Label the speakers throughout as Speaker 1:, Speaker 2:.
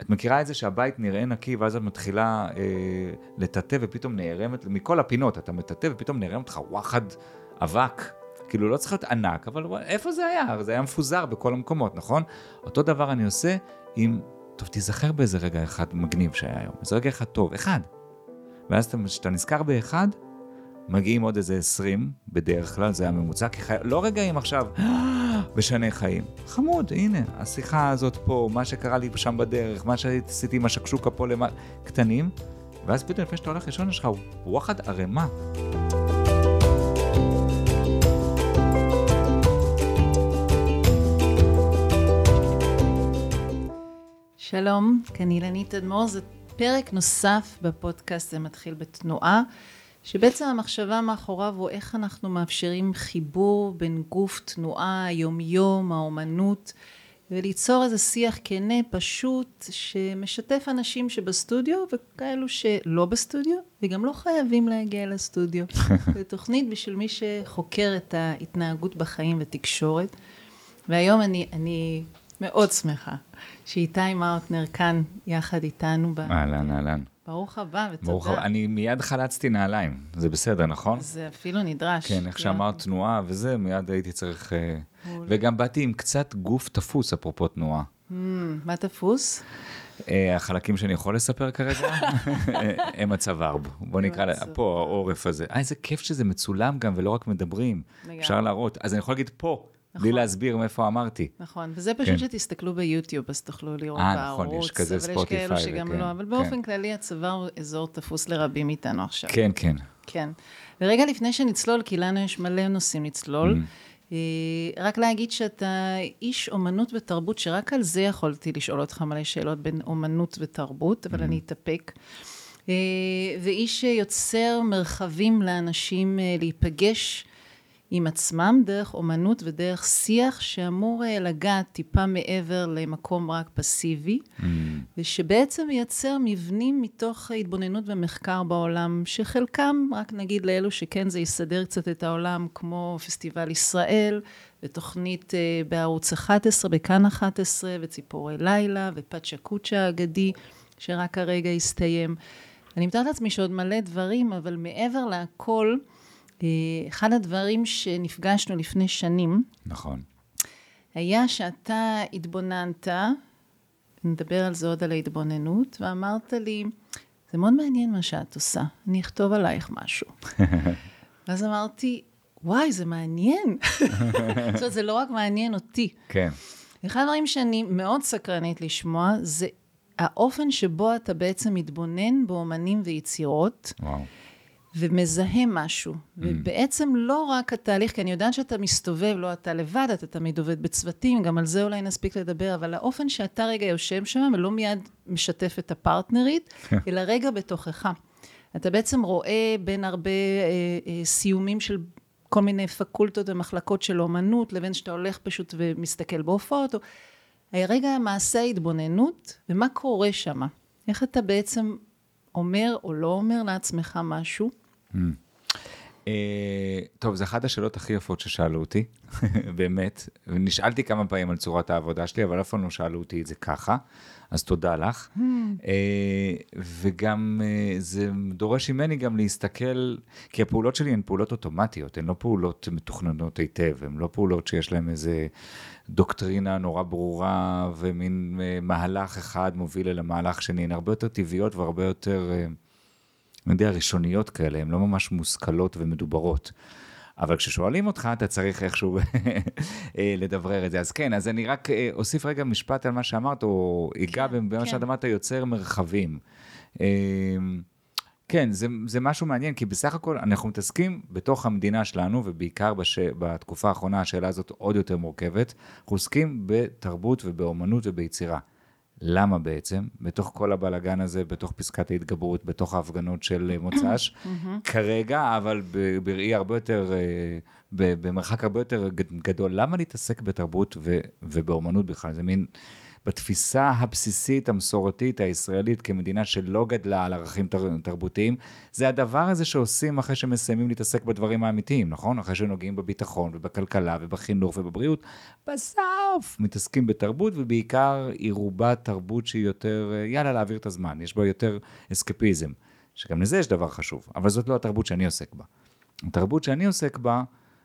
Speaker 1: מכירה את זה שהבית נראה נקי, ואז את מתחילה לטאטא, ופתאום נערמת, מכל הפינות אתה מטאטא, ופתאום נערמת לך וואחד אבק, כאילו לא צריך להיות ענק, אבל איפה זה היה? זה היה מפוזר בכל המקומות, נכון? אותו דבר אני עושה עם, טוב, תיזכר באיזה רגע אחד מגניב שהיה היום, איזה רגע אחד טוב, אחד. ואז כשאתה נזכר באחד, מגיעים עוד איזה 20, בדרך כלל זה הממוצע, כי לא רגעים עכשיו, בשני חיים. חמוד, הנה, השיחה הזאת פה, מה שקרה לי שם בדרך, מה שעשיתי עם השקשוקה פה למעלה, קטנים, ואז פתאום לפני שאתה הולך ראשון, יש לך וואחד ערמה.
Speaker 2: שלום, כאן אילנית אדמור, זה פרק נוסף בפודקאסט, זה מתחיל בתנועה, שבעצם המחשבה מאחוריו הוא איך אנחנו מאפשרים חיבור בין גוף, תנועה, יום-יום, האומנות, וליצור איזה שיח כנה, פשוט, שמשתף אנשים שבסטודיו וכאלו שלא בסטודיו, וגם לא חייבים להגיע לסטודיו. זו תוכנית בשביל מי שחוקר את ההתנהגות בחיים ותקשורת. והיום אני מאוד שמחה שאיתי מאוטנר כאן יחד איתנו.
Speaker 1: אהלן.
Speaker 2: ברוך הבא ותודה.
Speaker 1: ברוך הבא, אני מיד חלצתי נעליים, זה בסדר, נכון?
Speaker 2: זה אפילו נדרש.
Speaker 1: כן, איך שאמרת תנועה וזה, מיד הייתי צריך... וגם באתי עם קצת גוף תפוס, אפרופו תנועה.
Speaker 2: מה תפוס?
Speaker 1: החלקים שאני יכול לספר כרגע, הם הצוואר. בוא נקרא, פה העורף הזה. איזה כיף שזה מצולם גם, ולא רק מדברים. אפשר להראות. אז אני יכול להגיד פה, בלי להסביר מאיפה אמרתי.
Speaker 2: נכון, וזה פשוט שתסתכלו ביוטיוב, אז תוכלו לראות בערוץ.
Speaker 1: נכון, יש כזה ספוטיפיי.
Speaker 2: אבל יש כאלו שגם לא, אבל באופן כללי הצוואר הוא אזור תפוס לרבים איתנו עכשיו.
Speaker 1: כן.
Speaker 2: ורגע לפני שנצלול, כי לנו יש מלא נושאים לצלול, רק להגיד שאתה איש אומנות ותרבות, שרק על זה יכולתי לשאול אותך מלא שאלות בין אומנות ותרבות, אבל אני אתאפק. ואיש שיוצר מרחבים לאנשים להיפגש עם עצמם דרך אומנות ודרך שיח שאמור לגעת טיפה מעבר למקום רק פסיבי, ושבעצם מייצר מבנים מתוך התבוננות ומחקר בעולם, שחלקם, רק נגיד לאלו שכן זה יסדר קצת את העולם, כמו פסטיבל ישראל, ותוכנית בערוץ 11, בכאן 11, וציפורי לילה, ופצ'קוצ'ה האגדי, שרק הרגע הסתיים. אני מתארת לעצמי שעוד מלא דברים, אבל מעבר להכל, אחד הדברים שנפגשנו לפני שנים,
Speaker 1: נכון.
Speaker 2: היה שאתה התבוננת, נדבר על זה עוד על ההתבוננות, ואמרת לי, זה מאוד מעניין מה שאת עושה, אני אכתוב עלייך משהו. ואז אמרתי, וואי, זה מעניין. זאת אומרת, זה לא רק מעניין אותי.
Speaker 1: כן.
Speaker 2: אחד הדברים שאני מאוד סקרנית לשמוע, זה האופן שבו אתה בעצם מתבונן באומנים ויצירות,
Speaker 1: וואו.
Speaker 2: ומזהה משהו, ובעצם לא רק התהליך, כי אני יודעת שאתה מסתובב, לא אתה לבד, אתה תמיד עובד בצוותים, גם על זה אולי נספיק לדבר, אבל האופן שאתה רגע יושב שם, ולא מיד משתף את הפרטנרית, אלא רגע בתוכך. אתה בעצם רואה בין הרבה סיומים של כל מיני פקולטות ומחלקות של אומנות, לבין שאתה הולך פשוט ומסתכל בהופעות, או רגע מעשה התבוננות, ומה קורה שם? איך אתה בעצם אומר או לא אומר לעצמך משהו?
Speaker 1: טוב, זו אחת השאלות הכי יפות ששאלו אותי, באמת. נשאלתי כמה פעמים על צורת העבודה שלי, אבל אף פעם לא שאלו אותי את זה ככה, אז תודה לך. וגם זה דורש ממני גם להסתכל, כי הפעולות שלי הן פעולות אוטומטיות, הן לא פעולות מתוכננות היטב, הן לא פעולות שיש להן איזה דוקטרינה נורא ברורה, ומין מהלך אחד מוביל אל המהלך שני, הן הרבה יותר טבעיות והרבה יותר... אני יודע, ראשוניות כאלה, הן לא ממש מושכלות ומדוברות. אבל כששואלים אותך, אתה צריך איכשהו לדברר את זה. אז כן, אז אני רק אוסיף רגע משפט על מה שאמרת, או אגע במה שאת אמרת, יוצר מרחבים. כן, זה משהו מעניין, כי בסך הכל אנחנו מתעסקים בתוך המדינה שלנו, ובעיקר בתקופה האחרונה, השאלה הזאת עוד יותר מורכבת, אנחנו עוסקים בתרבות ובאומנות וביצירה. למה בעצם? בתוך כל הבלגן הזה, בתוך פסקת ההתגברות, בתוך ההפגנות של מוצ"ש, כרגע, אבל בראי הרבה יותר, במרחק הרבה יותר גדול, למה להתעסק בתרבות ובאומנות בכלל? זה מין, בתפיסה הבסיסית, המסורתית, הישראלית, כמדינה שלא גדלה על ערכים תרבותיים, זה הדבר הזה שעושים אחרי שמסיימים להתעסק בדברים האמיתיים, נכון? אחרי שנוגעים בביטחון ובכלכלה ובחינוך ובבריאות, בסוף מתעסקים בתרבות, ובעיקר היא רובה תרבות שהיא יותר, יאללה, להעביר את הזמן, יש בה יותר אסקפיזם, שגם לזה יש דבר חשוב, אבל זאת לא התרבות שאני עוסק בה. התרבות שאני עוסק בה,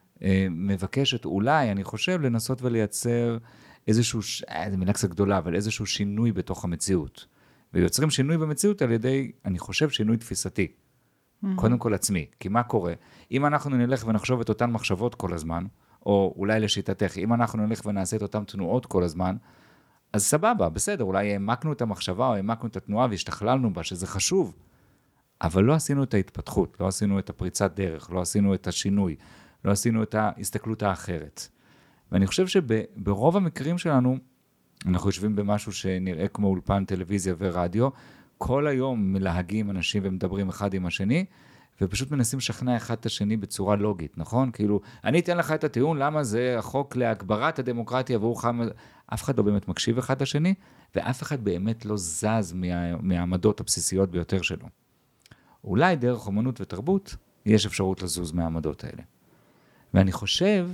Speaker 1: מבקשת אולי, אני חושב, לנסות ולייצר איזשהו, זו מילה קצת גדולה, אבל איזשהו שינוי בתוך המציאות. ויוצרים שינוי במציאות על ידי, אני חושב, שינוי תפיסתי. קודם כל עצמי. כי מה קורה? אם אנחנו נלך ונחשוב את אותן מחשבות כל הזמן, או אולי לשיטתך, אם אנחנו נלך ונעשה את אותן תנועות כל הזמן, אז סבבה, בסדר, אולי העמקנו את המחשבה, או העמקנו את התנועה והשתכללנו בה, שזה חשוב. אבל לא עשינו את ההתפתחות, לא עשינו את הפריצת דרך, לא עשינו את השינוי, לא עשינו את ההסתכלות האחרת. ואני חושב שברוב המקרים שלנו, אנחנו יושבים במשהו שנראה כמו אולפן טלוויזיה ורדיו, כל היום מלהגים אנשים ומדברים אחד עם השני, ופשוט מנסים לשכנע אחד את השני בצורה לוגית, נכון? כאילו, אני אתן לך את הטיעון, למה זה החוק להגברת הדמוקרטיה, אף אחד לא באמת מקשיב אחד לשני, ואף אחד באמת לא זז מהעמדות הבסיסיות ביותר שלו. אולי דרך אומנות ותרבות, יש אפשרות לזוז מהעמדות האלה. ואני חושב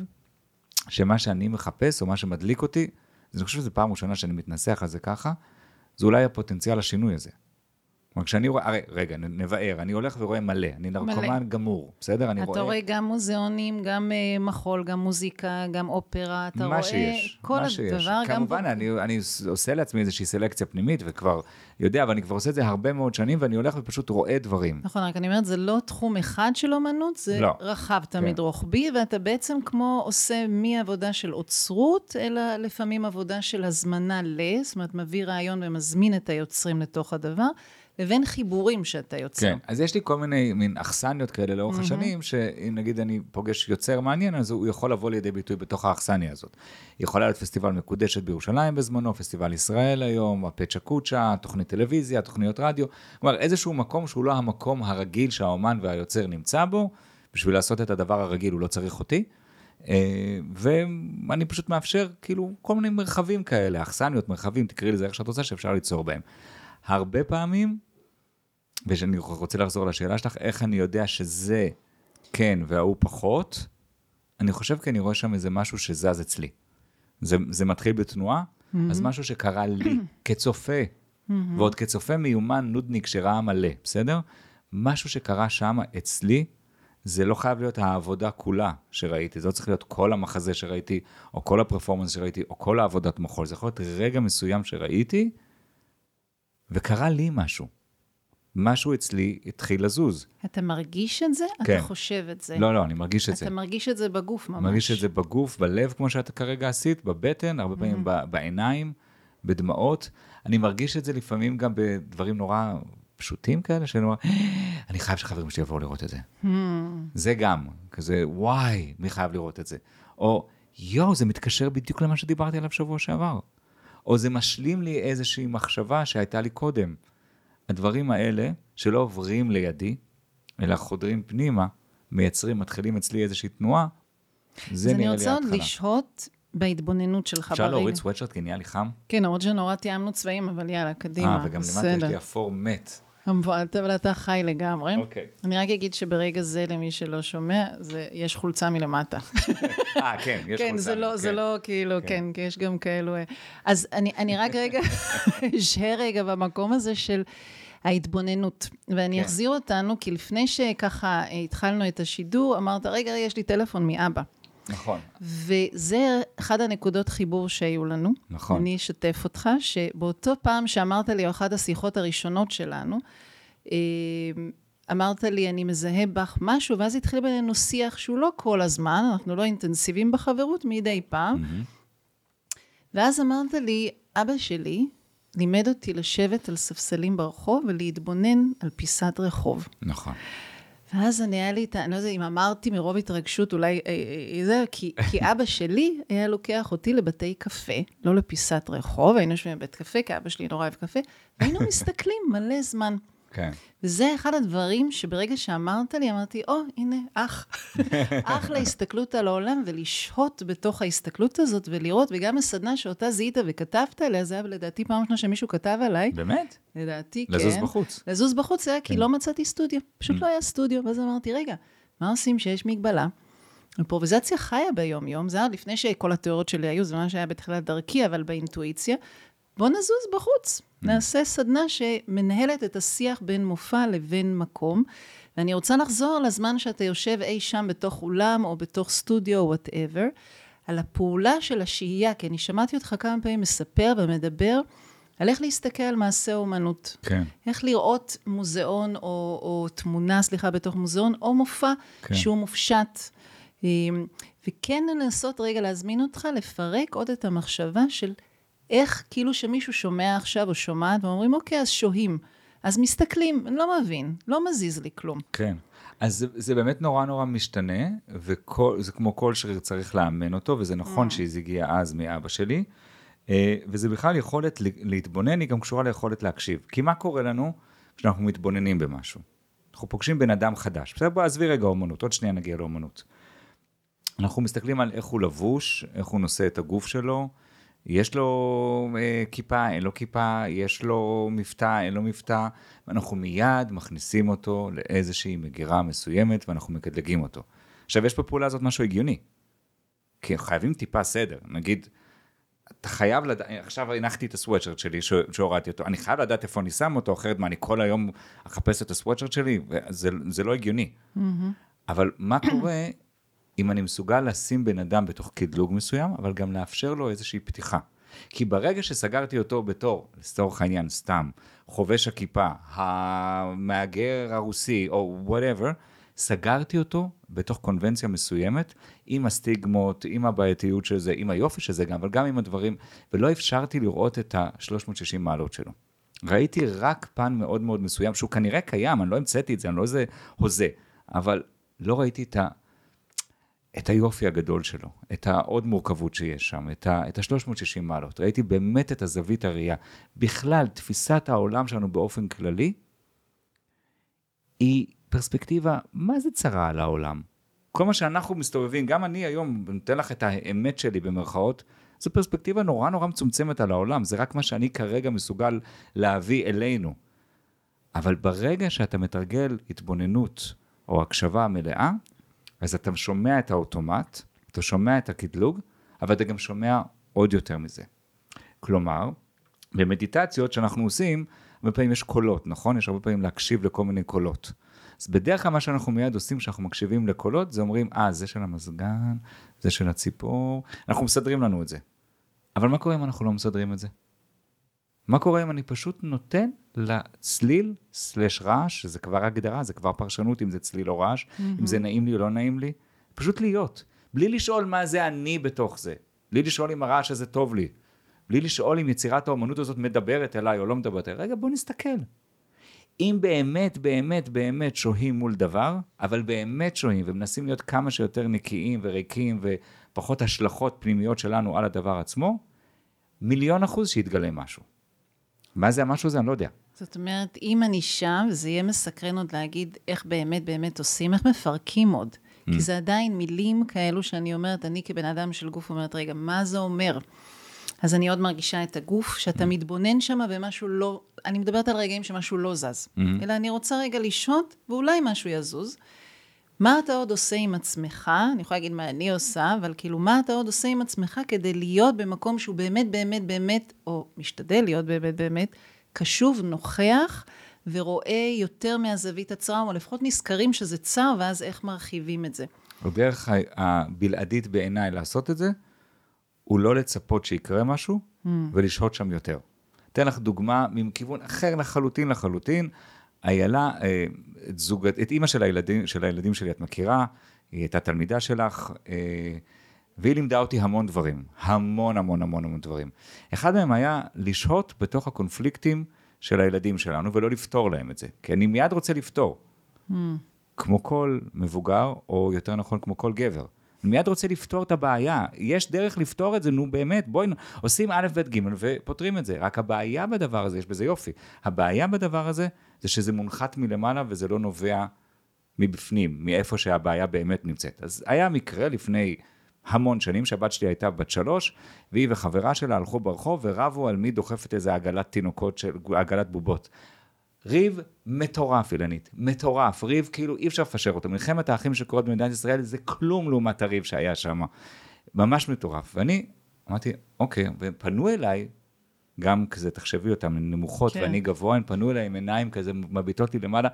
Speaker 1: שמה שאני מחפש, או מה שמדליק אותי, אני חושב שזו פעם ראשונה שאני מתנסח על זה ככה, זה אולי הפוטנציאל השינוי הזה. כלומר, כשאני רואה, רגע, נבאר, אני הולך ורואה מלא, אני נרקומן גמור, בסדר?
Speaker 2: אתה רואה גם מוזיאונים, גם מחול, גם מוזיקה, גם אופרה, אתה רואה כל הדבר.
Speaker 1: כמובן, אני עושה לעצמי איזושהי סלקציה פנימית, וכבר יודע, אבל אני כבר עושה את זה הרבה מאוד שנים, ואני הולך ופשוט רואה דברים.
Speaker 2: נכון, רק אני אומרת, זה לא תחום אחד של אומנות, זה רחב תמיד רוחבי, ואתה בעצם כמו עושה מעבודה של אוצרות, אלא לפעמים עבודה של הזמנה זאת אומרת, מביא רעיון ומזמין את היוצרים לתוך הדבר, לבין חיבורים שאתה יוצר.
Speaker 1: כן, אז יש לי כל מיני מין אכסניות כאלה לאורך השנים, שאם נגיד אני פוגש יוצר מעניין, אז הוא יכול לבוא לידי ביטוי בתוך האכסניה הזאת. יכולה להיות פסטיבל מקודשת בירושלים בזמנו, פסטיבל ישראל היום, הפצ'ה קוצ'ה, תוכנית טלוויזיה, תוכניות רדיו, כלומר איזשהו מקום שהוא לא המקום הרגיל שהאומן והיוצר נמצא בו, בשביל לעשות את הדבר הרגיל הוא לא צריך אותי, ואני פשוט מאפשר כאילו כל מיני מרחבים כאלה, אכסניות, מרחבים, תקראי לזה איך שאת רוצה שאפשר ליצור בהם. הרבה פעמים, ואני רוצה לחזור לשאלה שלך, איך אני יודע שזה כן והוא פחות, אני חושב כי אני רואה שם איזה משהו שזז אצלי. זה מתחיל בתנועה, אז משהו שקרה לי כצופה, ועוד כצופה מיומן נודניק שראה מלא, בסדר? משהו שקרה שם אצלי, זה לא חייב להיות העבודה כולה שראיתי, זה לא צריך להיות כל המחזה שראיתי, או כל הפרפורמנס שראיתי, או כל העבודת מחול, זה יכול להיות רגע מסוים שראיתי, וקרה לי משהו. משהו אצלי התחיל לזוז.
Speaker 2: אתה מרגיש את זה? כן. אתה חושב את זה?
Speaker 1: לא, אני מרגיש את זה.
Speaker 2: אתה מרגיש את זה בגוף ממש.
Speaker 1: מרגיש את זה בגוף, בלב, כמו שאתה כרגע עשית, בבטן, הרבה פעמים בעיניים, בדמעות. אני מרגיש את זה לפעמים גם בדברים נורא פשוטים כאלה, אני חייב שחברים שלי יבואו לראות את זה. זה גם, כזה, וואי, מי חייב לראות את זה? או, זה מתקשר בדיוק למה שדיברתי עליו שבוע שעבר. או זה משלים לי איזושהי מחשבה שהייתה לי קודם. הדברים האלה, שלא עוברים לידי, אלא חודרים פנימה, מתחילים אצלי איזושהי תנועה, זה נראה לי ההתחלה.
Speaker 2: אז אני רוצה עוד לשהות בהתבוננות שלך ברגע.
Speaker 1: אפשר להוריד סוואטשרט, כי נהיה לי חם?
Speaker 2: כן, למרות שנורא תיאמנו צבעים, אבל יאללה, קדימה.
Speaker 1: וגם למטה יש לי אפור מת.
Speaker 2: אבל אתה חי לגמרי.
Speaker 1: אוקיי.
Speaker 2: אני רק אגיד שברגע זה, למי שלא שומע, יש חולצה מלמטה.
Speaker 1: כן, יש
Speaker 2: חולצה. כן, זה לא כאילו, כן, כי יש גם כאלו. אז אני רק רגע, רגע במקום הזה של ההתבוננות, ואני אחזיר אותנו, כי לפני שככה התחלנו את השידור, אמרת, רגע, יש לי טלפון מאבא.
Speaker 1: נכון.
Speaker 2: וזה אחד הנקודות חיבור שהיו לנו.
Speaker 1: נכון.
Speaker 2: אני אשתף אותך, שבאותו פעם שאמרת לי, או אחת השיחות הראשונות שלנו, אמרת לי, אני מזהה בך משהו, ואז התחיל בינינו שיח שהוא לא כל הזמן, אנחנו לא אינטנסיביים בחברות, מדי פעם. ואז אמרת לי, אבא שלי לימד אותי לשבת על ספסלים ברחוב, ולהתבונן על פיסת רחוב.
Speaker 1: נכון.
Speaker 2: ואז היה לי, אני לא יודע אם אמרתי מרוב התרגשות, אולי זה, כי אבא שלי היה לוקח אותי לבתי קפה, לא לפיסת רחוב, היינו שומעים בבית קפה, כי אבא שלי נורא אוהב קפה, והיינו מסתכלים מלא זמן.
Speaker 1: כן.
Speaker 2: וזה אחד הדברים שברגע שאמרת לי, אמרתי, הנה, אח להסתכלות על העולם, ולשהות בתוך ההסתכלות הזאת, ולראות, וגם הסדנה שאותה זיהית וכתבת עליה, זה היה לדעתי פעם שנה שמישהו כתב עליי.
Speaker 1: באמת?
Speaker 2: לדעתי, כן.
Speaker 1: לזוז בחוץ.
Speaker 2: לזוז בחוץ, זה היה כי לא מצאתי סטודיו. פשוט לא היה סטודיו, ואז אמרתי, רגע, מה עושים שיש מגבלה? אימפרוביזציה חיה ביום-יום, זה היה לפני שכל התיאוריות שלי היו, זה מה שהיה בתחילת דרכי, אבל באינטואיציה, בוא נזוז בחוץ. נעשה סדנה שמנהלת את השיח בין מופע לבין מקום, ואני רוצה לחזור לזמן שאתה יושב אי שם בתוך אולם, או בתוך סטודיו, או whatever, על הפעולה של השהייה, כי אני שמעתי אותך כמה פעמים מספר ומדבר, על איך להסתכל על מעשה אומנות.
Speaker 1: כן.
Speaker 2: איך לראות מוזיאון, או תמונה, בתוך מוזיאון, או מופע שהוא מופשט. וכן לנסות רגע להזמין אותך, לפרק עוד את המחשבה של איך כאילו שמישהו שומע עכשיו או שומעת, ואומרים, אוקיי, אז שוהים. אז מסתכלים, אני לא מבין, לא מזיז לי כלום.
Speaker 1: כן. אז זה באמת נורא נורא משתנה, וזה כמו כל שריר צריך לאמן אותו, וזה נכון שזה הגיע אז מאבא שלי, וזה בכלל יכולת להתבונן, היא גם קשורה ליכולת להקשיב. כי מה קורה לנו כשאנחנו מתבוננים במשהו? אנחנו פוגשים בן אדם חדש. בסדר, בוא, עזבי רגע אומנות, עוד שנייה נגיע לאומנות. אנחנו מסתכלים על איך הוא לבוש, איך הוא נושא את הגוף שלו, יש לו כיפה, אין לו כיפה, יש לו מבטא, אין לו מבטא, ואנחנו מיד מכניסים אותו לאיזושהי מגירה מסוימת, ואנחנו מקדלגים אותו. עכשיו, יש בפעולה הזאת משהו הגיוני, כי חייבים טיפה סדר. נגיד, אתה חייב לדעת, עכשיו הנחתי את הסוואטשרט שלי שהורדתי אותו, אני חייב לדעת איפה אני שם אותו, אחרת מה, אני כל היום אחפש את הסוואטשרט שלי, זה לא הגיוני. אבל מה קורה אם אני מסוגל לשים בן אדם בתוך קדלוג מסוים, אבל גם לאפשר לו איזושהי פתיחה. כי ברגע שסגרתי אותו בתור, לצורך העניין סתם, חובש הכיפה, המאגר הרוסי, או whatever, סגרתי אותו בתוך קונבנציה מסוימת, עם הסטיגמות, עם הבעייתיות של זה, עם היופי של זה גם, אבל גם עם הדברים, ולא אפשרתי לראות את ה-360 מעלות שלו. ראיתי רק פן מאוד מאוד מסוים, שהוא כנראה קיים, אני לא המצאתי את זה, אני לא איזה הוזה, אבל לא ראיתי את היופי הגדול שלו, את העוד מורכבות שיש שם, את ה-360 מעלות. ראיתי באמת את הזווית הראייה. בכלל, תפיסת העולם שלנו באופן כללי, היא פרספקטיבה, מה זה צרה על העולם? כל מה שאנחנו מסתובבים, גם אני היום נותן לך את האמת שלי במרכאות, זו פרספקטיבה נורא נורא מצומצמת על העולם, זה רק מה שאני כרגע מסוגל להביא אלינו. אבל ברגע שאתה מתרגל התבוננות או הקשבה מלאה, אז אתה שומע את האוטומט, אתה שומע את הקדלוג, אבל אתה גם שומע עוד יותר מזה. כלומר, במדיטציות שאנחנו עושים, הרבה פעמים יש קולות, נכון? יש הרבה פעמים להקשיב לכל מיני קולות. אז בדרך כלל מה שאנחנו מיד עושים כשאנחנו מקשיבים לקולות, זה אומרים, זה של המזגן, זה של הציפור, אנחנו מסדרים לנו את זה. אבל מה קורה אם אנחנו לא מסדרים את זה? מה קורה אם אני פשוט נותן לצליל סלש רעש, שזה כבר הגדרה, זה כבר פרשנות, אם זה צליל או רעש, אם זה נעים לי או לא נעים לי, פשוט להיות, בלי לשאול מה זה אני בתוך זה, בלי לשאול אם הרעש הזה טוב לי, בלי לשאול אם יצירת האומנות הזאת מדברת אליי או לא מדברת אליי, רגע בוא נסתכל. אם באמת, באמת, באמת שוהים מול דבר, אבל באמת שוהים ומנסים להיות כמה שיותר נקיים וריקים ופחות השלכות פנימיות שלנו על הדבר עצמו, 1,000,000% שיתגלה משהו. מה זה המשהו הזה? אני לא יודע.
Speaker 2: זאת אומרת, אם אני שם, וזה יהיה מסקרן עוד להגיד איך באמת באמת עושים, איך מפרקים עוד. כי זה עדיין מילים כאלו שאני אומרת, אני כבן אדם של גוף אומרת, רגע, מה זה אומר? אז אני עוד מרגישה את הגוף, שאתה מתבונן שם ומשהו לא, אני מדברת על רגעים שמשהו לא זז. אלא אני רוצה רגע לשהות, ואולי משהו יזוז. מה אתה עוד עושה עם עצמך? אני יכולה להגיד מה אני עושה, אבל כאילו מה אתה עוד עושה עם עצמך כדי להיות במקום שהוא באמת, באמת, באמת, או משתדל להיות באמת, באמת, קשוב, נוכח, ורואה יותר מהזווית הצרה, או לפחות נזכרים שזה צר, ואז איך מרחיבים את זה.
Speaker 1: הדרך הבלעדית בעיניי לעשות את זה, הוא לא לצפות שיקרה משהו, ולשהות שם יותר. אתן לך דוגמה מכיוון אחר לחלוטין, איילה, את אמא של הילדים שלי את מכירה, היא הייתה תלמידה שלך, והיא לימדה אותי המון דברים, המון דברים. אחד מהם היה לשהות בתוך הקונפליקטים של הילדים שלנו, ולא לפתור להם את זה, כי אני מיד רוצה לפתור. כמו כל מבוגר, או יותר נכון כמו כל גבר. אני מיד רוצה לפתור את הבעיה. יש דרך לפתור את זה, נו באמת, בואי, עושים א', ב', ג' ופותרים את זה. רק הבעיה בדבר הזה, יש בזה יופי. הבעיה בדבר הזה, זה שזה מונחת מלמעלה, וזה לא נובע מבפנים, מאיפה שהבעיה באמת נמצאת. אז היה מקרה לפני המון שנים, שהבת שלי הייתה בת 3, והיא וחברה שלה הלכו ברחוב, ורבו על מי דוחפת איזה עגלת תינוקות, עגלת בובות. ריב מטורף, אילנית, מטורף, ריב כאילו אי אפשר לפשר אותו, מלחמת האחים שקורות במדינת ישראל, זה כלום לעומת הריב שהיה שם, ממש מטורף, ואני אמרתי, אוקיי, ופנו אליי, גם כזה, תחשבי אותם, נמוכות, כן. ואני גבוה, הם פנו אליי עם עיניים כזה, מביטות לי למעלה,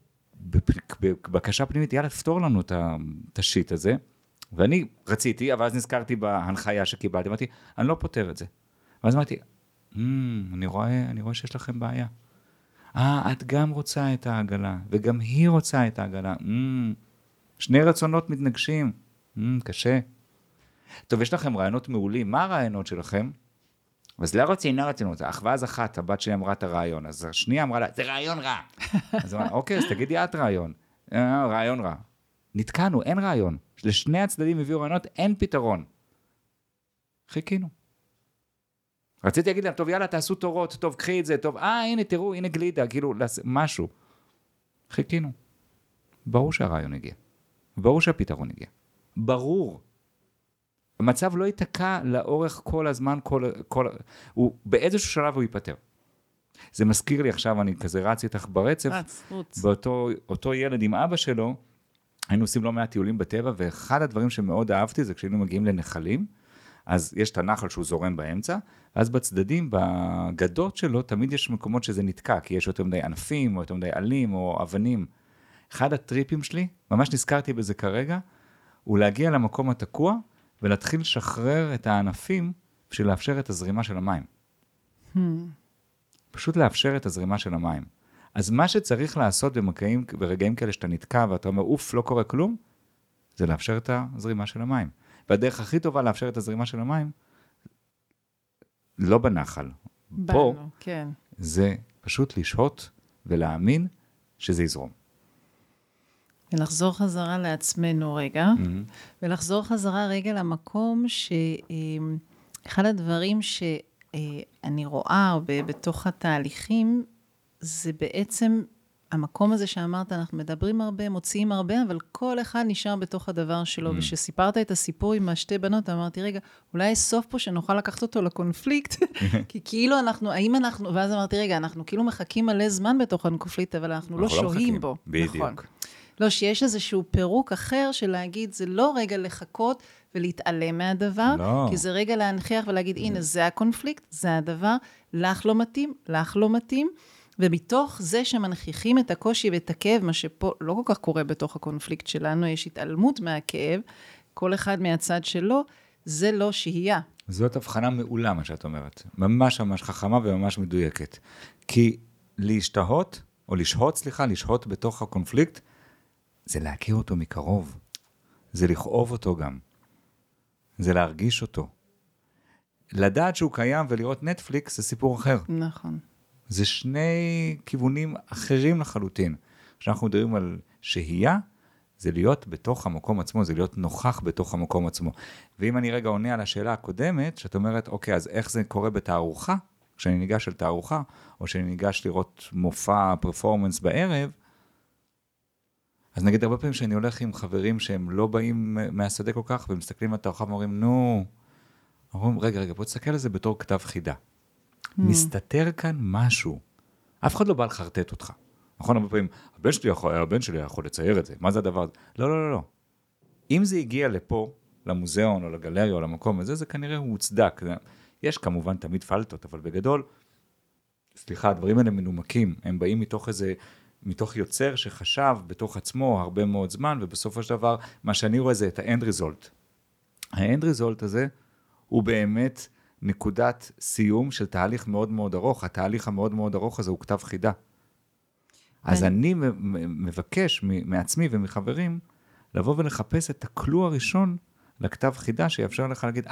Speaker 1: בבקשה פנימית, יאללה, תפתור לנו את השיט הזה, ואני רציתי, אבל אז נזכרתי בהנחיה שקיבלתי, אמרתי, אני לא פותר את זה, ואז אמרתי, אני רואה שיש לכם בעיה, את גם רוצה את העגלה, וגם היא רוצה את העגלה. שני רצונות מתנגשים. קשה. טוב, יש לכם רעיונות מעולים. מה הרעיונות שלכם? אז לא רצינו. ואז אחת, הבת שלי אמרה את הרעיון. אז השנייה אמרה לה, זה רעיון רע. אז אמרה, אוקיי, אז תגידי את רעיון. רעיון רע. נתקענו, אין רעיון. לשני הצדדים הביאו רעיונות, אין פתרון. חיכינו. רציתי להגיד להם, טוב, יאללה, תעשו תורות, טוב, קחי את זה, טוב, הנה, תראו, הנה גלידה, כאילו, משהו. חיכינו. ברור שהרעיון הגיע. ברור שהפתרון הגיע. ברור. המצב לא ייתקע לאורך כל הזמן, באיזשהו שלב הוא ייפטר. זה מזכיר לי עכשיו, אני כזה רץ איתך ברצף, באותו ילד עם אבא שלו, היינו עושים לא מעט טיולים בטבע, ואחד הדברים שמאוד אהבתי, זה כשהיינו מגיעים לנחלים, אז יש את הנחל שהוא זורם באמצע, אז בצדדים, בגדות שלו, תמיד יש מקומות שזה נתקע, כי יש יותר מדי ענפים, או יותר מדי עלים, או אבנים. אחד הטריפים שלי, ממש נזכרתי בזה כרגע, הוא להגיע למקום התקוע, ולהתחיל לשחרר את הענפים, בשביל לאפשר את הזרימה של המים. פשוט לאפשר את הזרימה של המים. אז מה שצריך לעשות ברגעים כאלה שאתה נתקע, ואתה אומר, אוף, לא קורה כלום, זה לאפשר את הזרימה של המים. והדרך הכי טובה לאפשר את הזרימה של המים, לא בנחל. פה,
Speaker 2: כן.
Speaker 1: זה פשוט לשהות ולהאמין שזה יזרום.
Speaker 2: ולחזור חזרה לעצמנו רגע, ולחזור חזרה רגע למקום שאחד הדברים שאני רואה בתוך התהליכים, זה בעצם המקום הזה שאמרת, אנחנו מדברים הרבה, מוציאים הרבה, אבל כל אחד נשאר בתוך הדבר שלו, ושסיפרת את הסיפור עם השתי בנות, אמרתי, רגע, אולי סוף פה שנוכל לקחת אותו לקונפליקט, כי כאילו אנחנו, ואז אמרתי, רגע, אנחנו כאילו מחכים מלא זמן בתוך הקונפליקט, אבל אנחנו לא שוהים בו.
Speaker 1: בדיוק.
Speaker 2: לא, שיש איזשהו פירוק אחר של להגיד, זה לא רגע לחכות ולהתעלם מהדבר, כי זה רגע להנחיח ולהגיד, הנה, זה הקונפליקט, זה הדבר, לך לא מתאים, לך לא מתאים, ומתוך זה שמנחיכים את הקושי ואת הכאב, מה שפה לא כל כך קורה בתוך הקונפליקט שלנו, יש התעלמות מהכאב, כל אחד מהצד שלו, זה לא שהייה.
Speaker 1: זאת הבחנה מעולה, מה שאת אומרת. ממש ממש חכמה וממש מדויקת. כי להשתהות, או לשהות בתוך הקונפליקט, זה להכיר אותו מקרוב. זה לכאוב אותו גם. זה להרגיש אותו. לדעת שהוא קיים ולראות נטפליקס זה סיפור אחר.
Speaker 2: נכון.
Speaker 1: זה שני כיוונים אחרים לחלוטין. כשאנחנו מדברים על שהייה, זה להיות בתוך המקום עצמו, זה להיות נוכח בתוך המקום עצמו. ואם אני רגע עונה על השאלה הקודמת, שאת אומרת, אוקיי, אז איך זה קורה בתערוכה? כשאני ניגש על תערוכה, או שאני ניגש לראות מופע פרפורמנס בערב, אז נגיד הרבה פעמים שאני הולך עם חברים שהם לא באים מהשדה כל כך, ומסתכלים על תערוכה ואומרים, אומרים, רגע, בוא תסתכל על זה בתור כתב חידה. מסתתר כאן משהו. אף אחד לא בא לחרטט אותך. נכון, הרבה פעמים, הבן שלי יכול לצייר את זה. מה זה הדבר הזה? לא. אם זה הגיע לפה, למוזיאון או לגלריה או למקום הזה, זה כנראה מוצדק. יש כמובן תמיד פלטות, אבל בגדול, הדברים האלה מנומקים. הם באים מתוך יוצר שחשב בתוך עצמו הרבה מאוד זמן, ובסופו של דבר, מה שאני רואה זה את האנד ריזולט. האנד ריזולט הזה הוא באמת נקודת סיום של תהליך מאוד מאוד ארוך. התהליך המאוד מאוד ארוך הזה הוא כתב חידה. אז אני מבקש מעצמי ומחברים לבוא ולחפש את הכלוא הראשון לכתב חידה שיאפשר לך להגיד,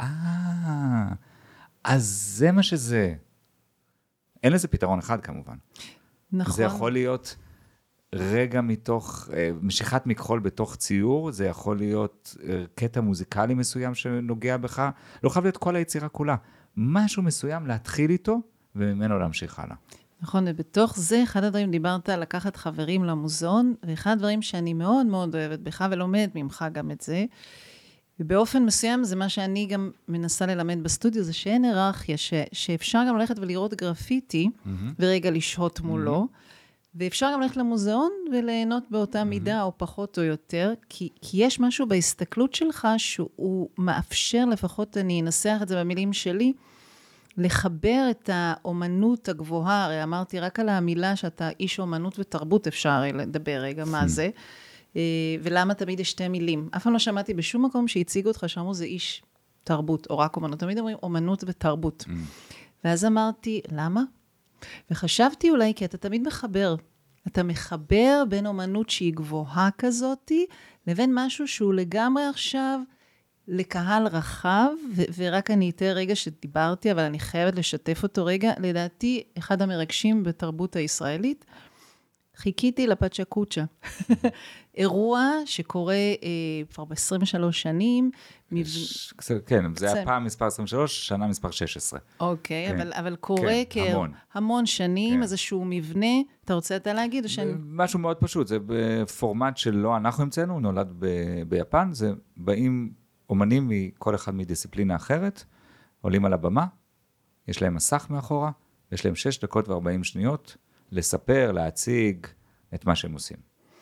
Speaker 1: אז זה מה שזה. אין לזה פתרון אחד כמובן.
Speaker 2: נכון.
Speaker 1: זה יכול להיות רגע מתוך, משיכת מכחול בתוך ציור, זה יכול להיות קטע מוזיקלי מסוים שנוגע בך, לא חייב להיות כל היצירה כולה. משהו מסוים להתחיל איתו, וממנו להמשיך הלאה.
Speaker 2: נכון, ובתוך זה, אחד הדברים, דיברת על לקחת חברים למוזיאון, ואחד הדברים שאני מאוד מאוד אוהבת בך, ולומד ממך גם את זה, ובאופן מסוים, זה מה שאני גם מנסה ללמד בסטודיו, זה שאין היררכיה, שאפשר גם ללכת ולראות גרפיטי, ורגע לשהות מולו, ואפשר גם ללכת למוזיאון וליהנות באותה מידה, או פחות או יותר, כי יש משהו בהסתכלות שלך, שהוא מאפשר, לפחות אני אנסח את זה במילים שלי, לחבר את האומנות הגבוהה, הרי אמרתי רק על המילה שאתה איש אומנות ותרבות, אפשר לדבר רגע מה זה, ולמה תמיד יש שתי מילים. אף פעם לא שמעתי בשום מקום שהציגו אותך, שאמרו זה איש תרבות, או רק אומנות, תמיד אומרים אומנות ותרבות. ואז אמרתי, למה? וחשבתי אולי, כי אתה תמיד מחבר. אתה מחבר בין אומנות שהיא גבוהה כזאת, לבין משהו שהוא לגמרי עכשיו, לקהל רחב, ורק אני אתן רגע שדיברתי, אבל אני חייבת לשתף אותו רגע, לדעתי, אחד המרגשים בתרבות הישראלית, חיכיתי לפצ'קוצ'ה. אירוע שקורה כבר ב-23 שנים.
Speaker 1: כן, זה היה פעם מספר 23, שנה מספר 16.
Speaker 2: אוקיי, אבל קורה המון שנים, איזשהו מבנה, אתה רוצה להגיד?
Speaker 1: משהו מאוד פשוט, זה בפורמט שלא אנחנו המצאנו, הוא נולד ביפן, זה באים אומנים מכל אחד מדיסציפלינה אחרת, עולים על הבמה, יש להם מסך מאחורה, יש להם 6 דקות ו40 שניות, לספר, להציג את מה שהם עושים.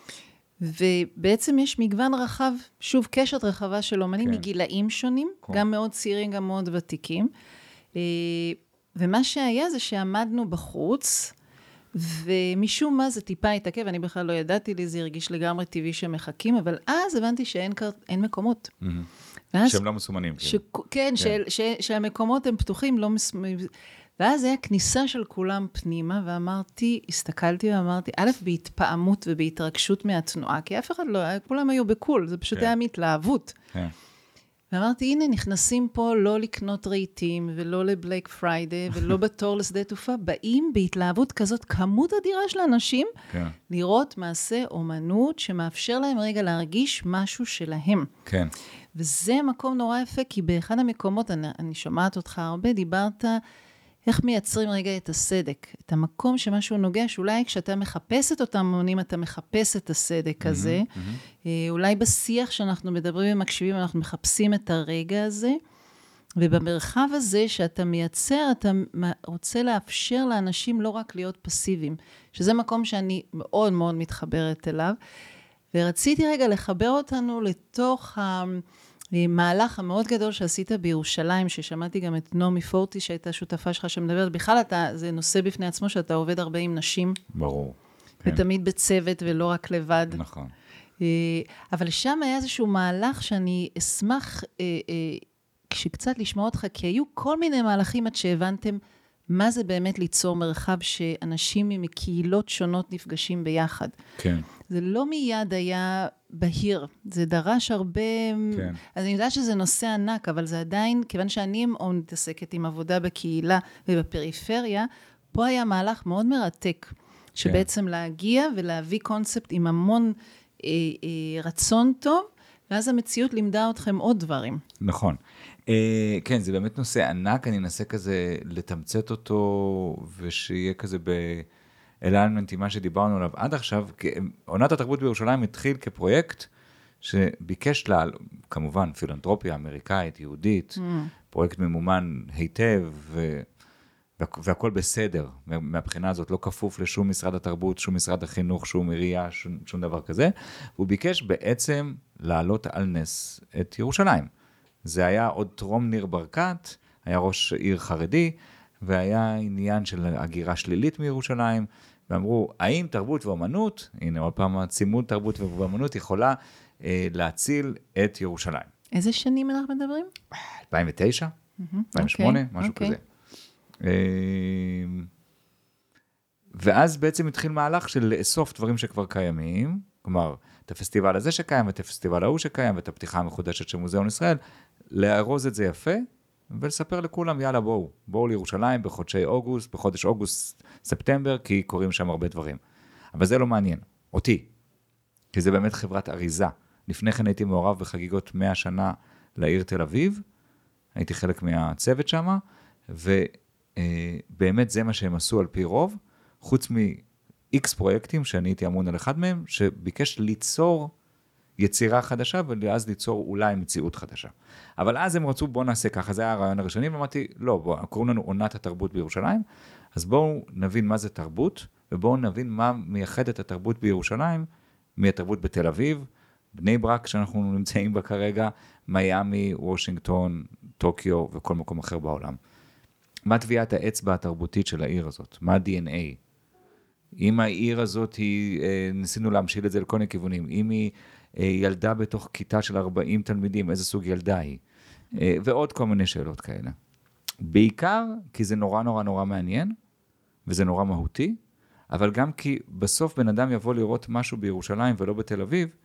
Speaker 2: ובעצם יש מגוון רחב, שוב, קשת רחבה של אומנים מגילאים שונים, גם מאוד צעירים, גם מאוד ותיקים. ומה שהיה זה שעמדנו בחוץ, ומשום מה זה טיפה התעכב, אני בכלל לא ידעתי לי, זה הרגיש לגמרי טבעי שמחכים, אבל אז הבנתי שאין מקומות.
Speaker 1: שהם לא מסומנים.
Speaker 2: כן, שהמקומות הם פתוחים, לא מסומנים. ואז היה כניסה של כולם פנימה, הסתכלתי ואמרתי, א', בהתפעמות ובהתרגשות מהתנועה, כי אף אחד לא, כולם היו בקול, זה פשוט היה מתלהבות. ואמרתי, הנה, נכנסים פה לא לקנות רהיטים, ולא לבלייק פריידי, ולא בתור לשדה תעופה, באים בהתלהבות כזאת, כמות אדירה של אנשים, לראות מעשה אומנות, שמאפשר להם רגע להרגיש משהו שלהם.
Speaker 1: כן.
Speaker 2: וזה מקום נורא יפה, כי באחד המקומות, אני שומעת אותך הרבה, דיברת, איך מייצרים רגע את הסדק, את המקום שמשהו נוגע, שאולי כשאתה מחפש את אותם אומנים, אתה מחפש את הסדק הזה, אולי בשיח שאנחנו מדברים ומקשיבים, אנחנו מחפשים את הרגע הזה, ובמרחב הזה שאתה מייצר, אתה רוצה לאפשר לאנשים לא רק להיות פסיביים, שזה מקום שאני מאוד מאוד מתחברת אליו, ורציתי רגע לחבר אותנו לתוך מהלך המאוד גדול שעשית בירושלים, ששמעתי גם את נעמי פורטי, שהייתה שותפה שלך שמדברת, בכלל זה נושא בפני עצמו, שאתה עובד הרבה עם נשים.
Speaker 1: ברור.
Speaker 2: ותמיד בצוות ולא רק לבד.
Speaker 1: נכון.
Speaker 2: אבל שם היה איזשהו מהלך שאני אשמח כשקצת לשמוע אותך, כי היו כל מיני מהלכים עד שהבנתם מה זה באמת ליצור מרחב שאנשים מקהילות שונות נפגשים ביחד.
Speaker 1: כן.
Speaker 2: זה לא מיד היה בהיר, זה דרש הרבה,
Speaker 1: כן.
Speaker 2: אז אני יודעת שזה נושא ענק, אבל זה עדיין, כיוון שאני מתעסקת עם עבודה בקהילה ובפריפריה, פה היה מהלך מאוד מרתק, שבעצם להגיע ולהביא קונספט עם המון רצון טוב, ואז המציאות לימדה אתכם עוד דברים.
Speaker 1: נכון. כן, זה באמת נושא ענק, אני אנסה כזה לתמצת אותו, ושיהיה כזה באלמנט עם מה שדיברנו עליו עד עכשיו. עונת התרבות בירושלים התחיל כפרויקט, שביקש כמובן, פילנתרופיה אמריקאית, יהודית, פרויקט ממומן היטב, והכל בסדר. מהבחינה הזאת לא כפוף לשום משרד התרבות, שום משרד החינוך, שום עירייה, שום דבר כזה. הוא ביקש בעצם לעלות על נס את ירושלים. זה היה עוד טרום ניר ברקת, היה ראש עיר חרדי, והיה עניין של הגירה שלילית מירושלים, ואמרו, האם תרבות ואומנות, הנה עוד פעם הצימוד תרבות ואומנות, יכולה להציל את ירושלים.
Speaker 2: איזה שנים אנחנו מדברים?
Speaker 1: 2009, 2008, משהו כזה. ואז בעצם התחיל מהלך של לאסוף דברים שכבר קיימים, כלומר, את הפסטיבל הזה שקיים, ואת הפסטיבל ההוא שקיים, ואת הפתיחה המחודשת של מוזיאון ישראל, לארוז את זה יפה, ולספר לכולם, יאללה בואו לירושלים בחודש אוגוסט, ספטמבר, כי קוראים שם הרבה דברים. אבל זה לא מעניין. אותי, כי זה באמת חברת אריזה. לפני כן הייתי מעורב בחגיגות 100 שנה לעיר תל אביב, הייתי חלק מהצוות שם, ובאמת זה מה שהם עשו על פי רוב, חוץ מ-X פרויקטים, שאני הייתי אמון על אחד מהם, שביקש ליצור יצירה חדשה, ואז ליצור אולי מציאות חדשה. אבל אז הם רצו, בואו נעשה ככה, זה היה הרעיון הראשוני, ואמרתי, לא, קוראים לנו עונת התרבות בירושלים, אז בואו נבין מה זה תרבות, ובואו נבין מה מייחד את התרבות בירושלים, מהתרבות בתל אביב, בני ברק שאנחנו נמצאים בה כרגע, מיימי, וושינגטון, טוקיו וכל מקום אחר בעולם. מה טביעת האצבע התרבותית של העיר הזאת? מה ה-DNA? אם העיר הזאת היא, ניסינו להמשיל את זה לכל מיני כיוונים, אם היא ילדה בתוך כיתה של 40 תלמידים, איזה סוג ילדה היא? ועוד כל מיני שאלות כאלה. בעיקר כי זה נורא נורא נורא מעניין, וזה נורא מהותי, אבל גם כי בסוף בן אדם יבוא לראות משהו בירושלים ולא בתל אביב,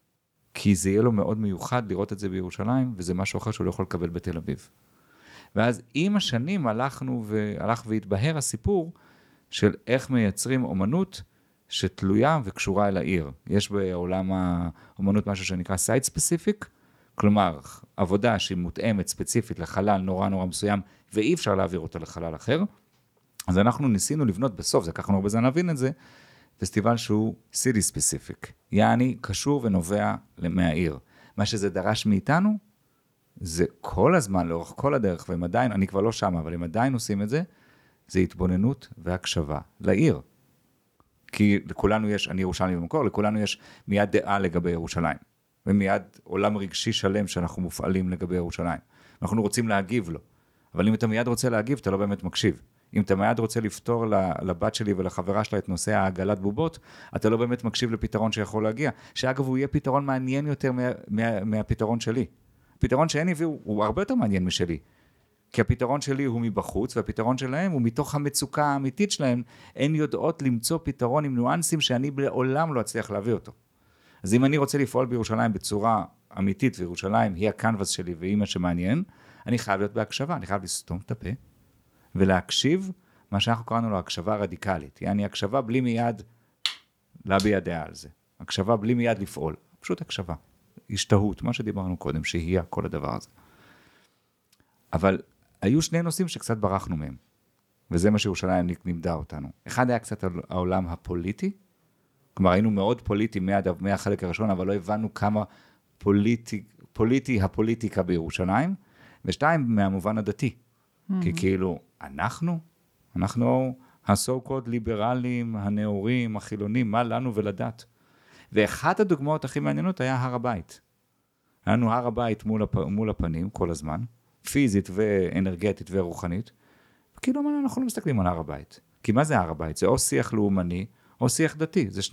Speaker 1: כי זה יהיה לו מאוד מיוחד לראות את זה בירושלים, וזה משהו אחר שהוא לא יכול לקבל בתל אביב. ואז עם השנים הלך והתבהר הסיפור של איך מייצרים אומנות שתלויה וקשורה אל העיר. יש בעולם האומנות משהו שנקרא site specific, כלומר, עבודה שהיא מותאמת ספציפית לחלל נורא נורא מסוים, ואי אפשר להעביר אותה לחלל אחר. אז אנחנו ניסינו לבנות בסוף, זה ככה הרבה זמן להבין את זה, פסטיבל שהוא city specific, יעני קשור ונובע מהעיר. מה שזה דרש מאיתנו, זה כל הזמן, לאורך כל הדרך, והם עדיין, אני כבר לא שם, אבל הם עדיין עושים את זה, זה התבוננות והקשבה לעיר. כי לכולנו יש, אני ירושלמי במקור, לכולנו יש מיד דעה לגבי ירושלים, ומיד עולם רגשי שלם שאנחנו מופעלים לגבי ירושלים. אנחנו רוצים להגיב לו, אבל אם אתה מיד רוצה להגיב, אתה לא באמת מקשיב. אם אתה מיד רוצה לפתור לבת שלי ולחברה שלה את נושא העגלת בובות, אתה לא באמת מקשיב לפתרון שיכול להגיע, שאגב הוא יהיה פתרון מעניין יותר מהפתרון שלי. הפתרון שהן הביאו הוא הרבה יותר מעניין משלי, כי הפתרון שלי הוא מבחוץ, והפתרון שלהם הוא מתוך המצוקה האמיתית שלהם, הן יודעות למצוא פתרון עם ניואנסים שאני לעולם לא אצליח להביא אותו. אז אם אני רוצה לפעול בירושלים בצורה אמיתית, וירושלים היא הקנבס שלי והיא מה שמעניין, אני חייב להיות בהקשבה, אני חייב לסתום את הפה, ולהקשיב מה שאנחנו קראנו לו הקשבה רדיקלית, יעני הקשבה בלי מיד להביע דעה על זה, הקשבה בלי מיד לפעול, פשוט הקשבה, השתהות, מה שדיברנו קודם, שהיא כל הדבר הזה. אבל היו שני נושאים שקצת ברחנו מהם, וזה מה שירושלים לימדה אותנו. אחד היה קצת העולם הפוליטי, כלומר היינו מאוד פוליטי מהחלק הראשון, אבל לא הבנו כמה פוליטי הפוליטיקה בירושלים, ושתיים מהמובן הדתי, כי כאילו אנחנו ה-so-called ליברלים, הנאורים, החילונים, מה לנו ולדת. ואחת הדוגמאות הכי מעניינות היה הר הבית. היה לנו הר הבית מול הפנים כל הזמן, פיזית ואנרגטית ורוחנית, וכאילו אנחנו לא מסתכלים על הר הבית. כי מה זה הר הבית? זה או שיח לאומני, או שיח דתי. זה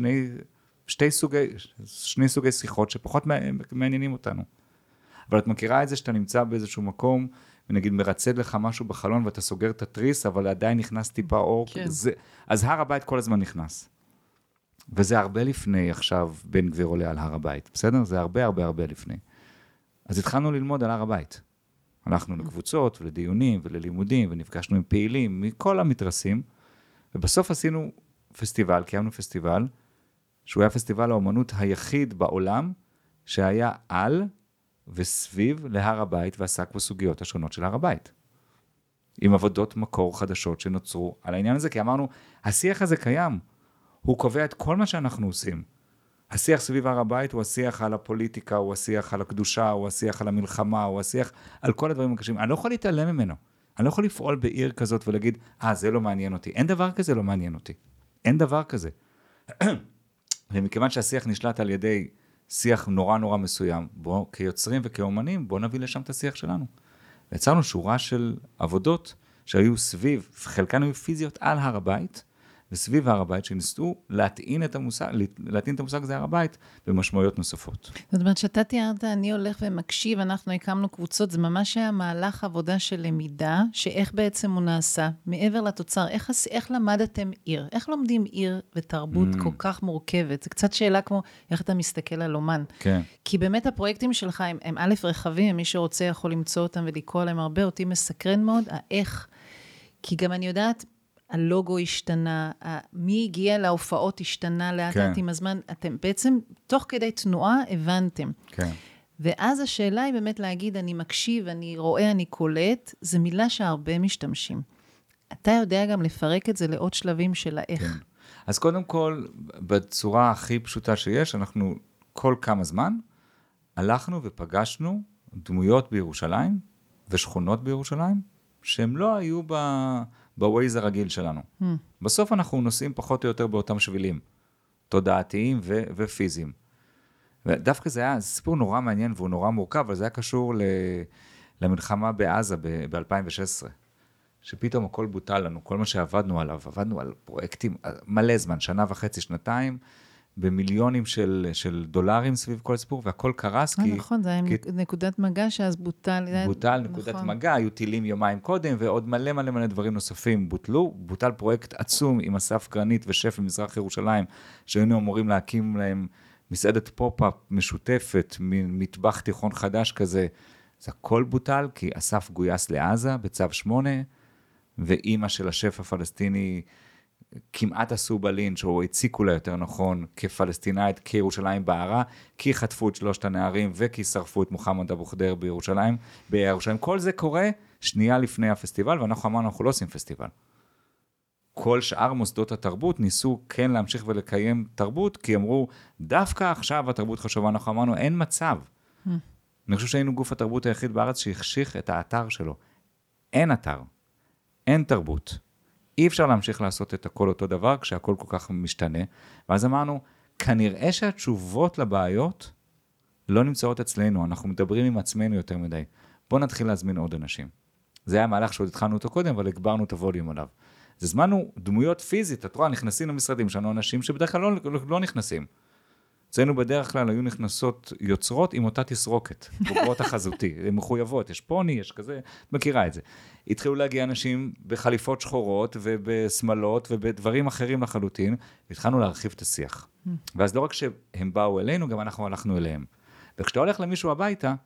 Speaker 1: שני סוגי שיחות שפחות מעניינים אותנו. אבל את מכירה את זה שאתה נמצא באיזשהו מקום, ונגיד מרצד לך משהו בחלון, ואתה סוגר את התריס, אבל עדיין נכנס טיפה אור. כן. אז הר הבית כל הזמן נכנס. וזה הרבה לפני עכשיו בן גביר עולה על הר הבית. בסדר? זה הרבה הרבה הרבה לפני. אז התחלנו ללמוד על הר הבית. הלכנו לקבוצות ולדיונים וללימודים, ונפגשנו עם פעילים מכל המתרסים, ובסוף עשינו פסטיבל, קיימנו פסטיבל, שהוא היה פסטיבל האומנות היחיד בעולם, שהיה על וסביב להר הבית, ועסק בסוגיות השונות של הר הבית. עם עבודות מקור חדשות שנוצרו על העניין הזה, כי אמרנו, השיח הזה קיים, הוא קובע את כל מה שאנחנו עושים. השיח סביב הר הבית הוא השיח על הפוליטיקה, הוא השיח על הקדושה, הוא השיח על המלחמה, הוא השיח על כל הדברים הקשים. אני לא יכול להתעלם ממנו. אני לא יכול לפעול בעיר כזאת ולהגיד, זה לא מעניין אותי. אין דבר כזה לא מעניין אותי. אין דבר כזה. ומכיוון שהשיח נשלט על ידי שיח נורא נורא מסוים, בוא כיוצרים וכאומנים, בוא נביא לשם את השיח שלנו. ויצרנו שורה של עבודות שהיו סביב, חלקן היו פיזיות על הר הבית, וסביב הר הבית שניסו להטעין את המושג הזה הר הבית במשמעויות נוספות. זאת
Speaker 2: אומרת, שאתה תיארת, אני הולך ומקשיב, אנחנו הקמנו קבוצות, זה ממש היה מהלך עבודה של למידה, שאיך בעצם הוא נעשה, מעבר לתוצר, איך למדתם עיר? איך לומדים עיר ותרבות כל כך מורכבת? זה קצת שאלה כמו, איך אתה מסתכל על אומן?
Speaker 1: כן.
Speaker 2: כי באמת הפרויקטים שלך הם א' רחבים, מי שרוצה יכול למצוא אותם ולקרוא להם הרבה, אותי מסקרן מאוד, האיך. כי גם אני יודעת, הלוגו השתנה, מי הגיע להופעות השתנה לאט לאט עם הזמן, אתם בעצם תוך כדי תנועה הבנתם.
Speaker 1: כן.
Speaker 2: ואז השאלה היא באמת להגיד, אני מקשיב, אני רואה, אני קולט, זו מילה שהרבה משתמשים. אתה יודע גם לפרק את זה לעוד שלבים של האיך.
Speaker 1: כן. אז קודם כל, בצורה הכי פשוטה שיש, אנחנו כל כמה זמן הלכנו ופגשנו דמויות בירושלים ושכונות בירושלים, שהם לא היו בווייז הרגיל שלנו. בסוף אנחנו נוסעים פחות או יותר באותם שבילים, תודעתיים ופיזיים. ודווקא זה היה סיפור נורא מעניין והוא נורא מורכב, אבל זה היה קשור למלחמה בעזה ב-2016. שפתאום הכל בוטל לנו, כל מה שעבדנו עליו, עבדנו על פרויקטים מלא זמן, שנה וחצי, שנתיים, במיליונים של דולרים סביב כל הסיפור, והכל קרס.
Speaker 2: נכון, זה היה נקודת מגע שאז בוטל.
Speaker 1: בוטל נקודת מגע, היו טילים יומיים קודם, ועוד מלא מלא מלא דברים נוספים בוטלו. בוטל פרויקט עצום עם אסף גרנית ושף במזרח ירושלים, שהיינו אמורים להקים להם מסעדת פופ-אפ משותפת, מטבח תיכון חדש כזה. זה הכל בוטל, כי אסף גויס לעזה בצו 8, ואימא של השף הפלסטיני כמעט עשו בלינץ' או הציקו לה יותר נכון כפלסטינאית, כירושלים בערה, כי חטפו את 3 הנערים וכי שרפו את מוחמד אבו ח'דיר בירושלים. כל זה קורה שנייה לפני הפסטיבל, ואנחנו אמרנו, אנחנו לא עושים פסטיבל. כל שאר מוסדות התרבות ניסו כן להמשיך ולקיים תרבות, כי אמרו, דווקא עכשיו התרבות חשובה, אנחנו אמרנו, אין מצב. אני חושב שהיינו גוף התרבות היחיד בארץ שהחשיך את האתר שלו. אין אתר. אין תרבות. אי אפשר להמשיך לעשות את הכל אותו דבר, כשהכל כל כך משתנה. ואז אמרנו, כנראה שהתשובות לבעיות לא נמצאות אצלנו, אנחנו מדברים עם עצמנו יותר מדי. בואו נתחיל להזמין עוד אנשים. זה היה מהלך שעוד התחלנו אותו קודם, אבל הגברנו את הווליום עליו. זה זמנו דמויות פיזית, את רואה, נכנסים למשרדים שלנו אנשים שבדרך כלל לא נכנסים. אצלנו בדרך כלל היו נכנסות יוצרות עם אותה תסרוקת, בוגרות החזותי, הן מחויבות, יש פוני, יש כזה, מכירה את זה. התחילו להגיע אנשים בחליפות שחורות ובשמלות ובדברים אחרים לחלוטין, והתחלנו להרחיב את השיח. ואז לא רק שהם באו אלינו, גם אנחנו הלכנו אליהם. וכשאתה הולך למישהו הביתה,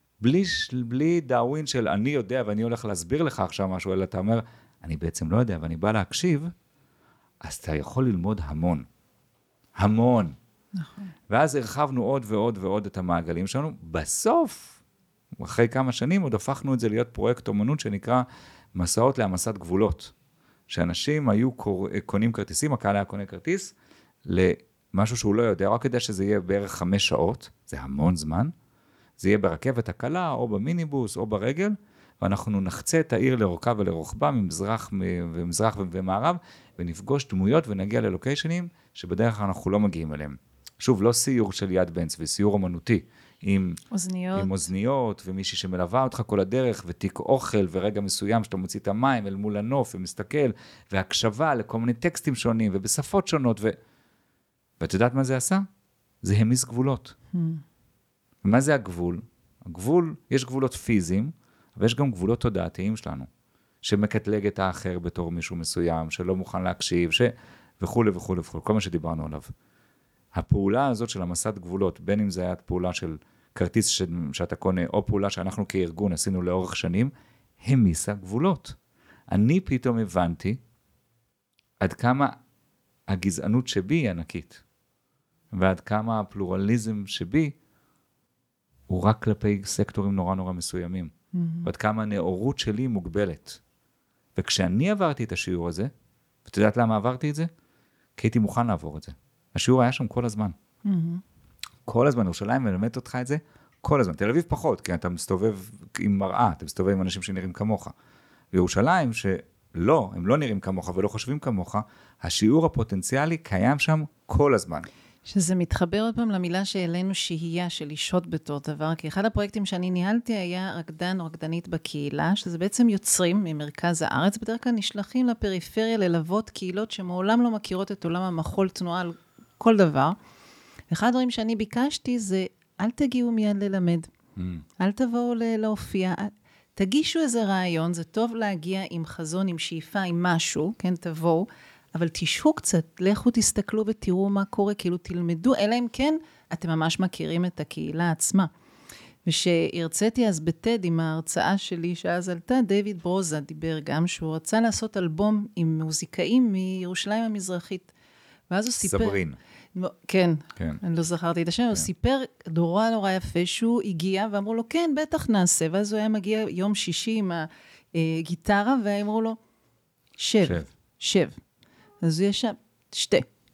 Speaker 1: בלי דאווין של אני יודע ואני הולך להסביר לך עכשיו משהו, אלא אתה אומר, אני בעצם לא יודע ואני בא להקשיב, אז אתה יכול ללמוד המון. המון.
Speaker 2: נכון.
Speaker 1: ואז הרחבנו עוד ועוד ועוד את המעגלים שלנו. בסוף, אחרי כמה שנים, עוד הפכנו את זה להיות פרויקט אומנות שנקרא מסעות להמסת גבולות. שאנשים היו קונים כרטיסים, הקהל היה קונה כרטיס, למשהו שהוא לא יודע, רק כדי שזה יהיה בערך 5 שעות, זה המון זמן, זה יהיה ברכבת הקלה, או במיניבוס, או ברגל, ואנחנו נחצה את העיר לאורכה ולרוחבה, ממזרח ומערב, ונפגוש דמויות ונגיע ללוקיישנים, שבדרך כלל אנחנו לא מגיעים אליהם. שוב, לא סיור של יד בן צבי, סיור אומנותי, עם אוזניות, ומישהי שמלווה אותך כל הדרך, ותיק אוכל, ורגע מסוים שאתה מוציא את המים אל מול הנוף, ומסתכל, והקשבה לכל מיני טקסטים שונים, ובשפות שונות, ואת יודעת מה זה עשה? זה המיס גבולות. ומה זה הגבול? הגבול, יש גבולות פיזיים, אבל יש גם גבולות תודעתיים שלנו, שמקטלג את האחר בתור מישהו מסוים, שלא מוכן להקשיב, וכו' וכו' וכו', כל מה שדיברנו עליו. הפעולה הזאת של המסת גבולות, בין אם זה היה פעולה של כרטיס שאתה קונה, או פעולה שאנחנו כארגון עשינו לאורך שנים, המיסה גבולות. אני פתאום הבנתי עד כמה הגזענות שבי היא ענקית, ועד כמה הפלורליזם שבי הוא רק כלפי סקטורים נורא נורא מסוימים, ועד כמה הנאורות שלי מוגבלת. וכשאני עברתי את השיעור הזה, ואת יודעת למה עברתי את זה? כי הייתי מוכן לעבור את זה. השיעור היה שם כל הזמן. כל הזמן, ירושלים מלמדת אותך את זה, כל הזמן. תל אביב פחות, כי אתה מסתובב עם מראה, אתה מסתובב עם אנשים שנראים כמוך. וירושלים שלא, הם לא נראים כמוך ולא חושבים כמוך, השיעור הפוטנציאלי קיים שם כל הזמן.
Speaker 2: שזה מתחבר עוד פעם למילה שאלינו שהייה, של לשהות בתור דבר, כי אחד הפרויקטים שאני ניהלתי היה רקדן או רקדנית בקהילה, שזה בעצם יוצרים ממרכז הארץ, בדרך כלל נשלחים לפריפריה ללוות קהילות שמעולם לא מכירות את עולם המחול תנועה על כל דבר. אחד הדברים שאני ביקשתי זה, אל תגיעו מיד ללמד, אל תבואו להופיע, תגישו איזה רעיון, זה טוב להגיע עם חזון, עם שאיפה, עם משהו, כן, תבואו, אבל תשהו קצת, לכו תסתכלו ותראו מה קורה, כאילו תלמדו, אלא אם כן, אתם ממש מכירים את הקהילה עצמה. ושהרציתי אז בטד עם ההרצאה שלי, שאז עלתה, דיוויד ברוזה דיבר גם, שהוא רצה לעשות אלבום עם מוזיקאים מירושלים המזרחית. ואז הוא סיפר...
Speaker 1: סברין.
Speaker 2: כן, אני לא זכרתי את השם, הוא סיפר נורא יפה שהוא הגיע, ואמרו לו, כן, בטח נעשה, ואז הוא היה מגיע יום שישי עם הגיטרה, ואמרו לו, שב. אז הוא ישב, שתה.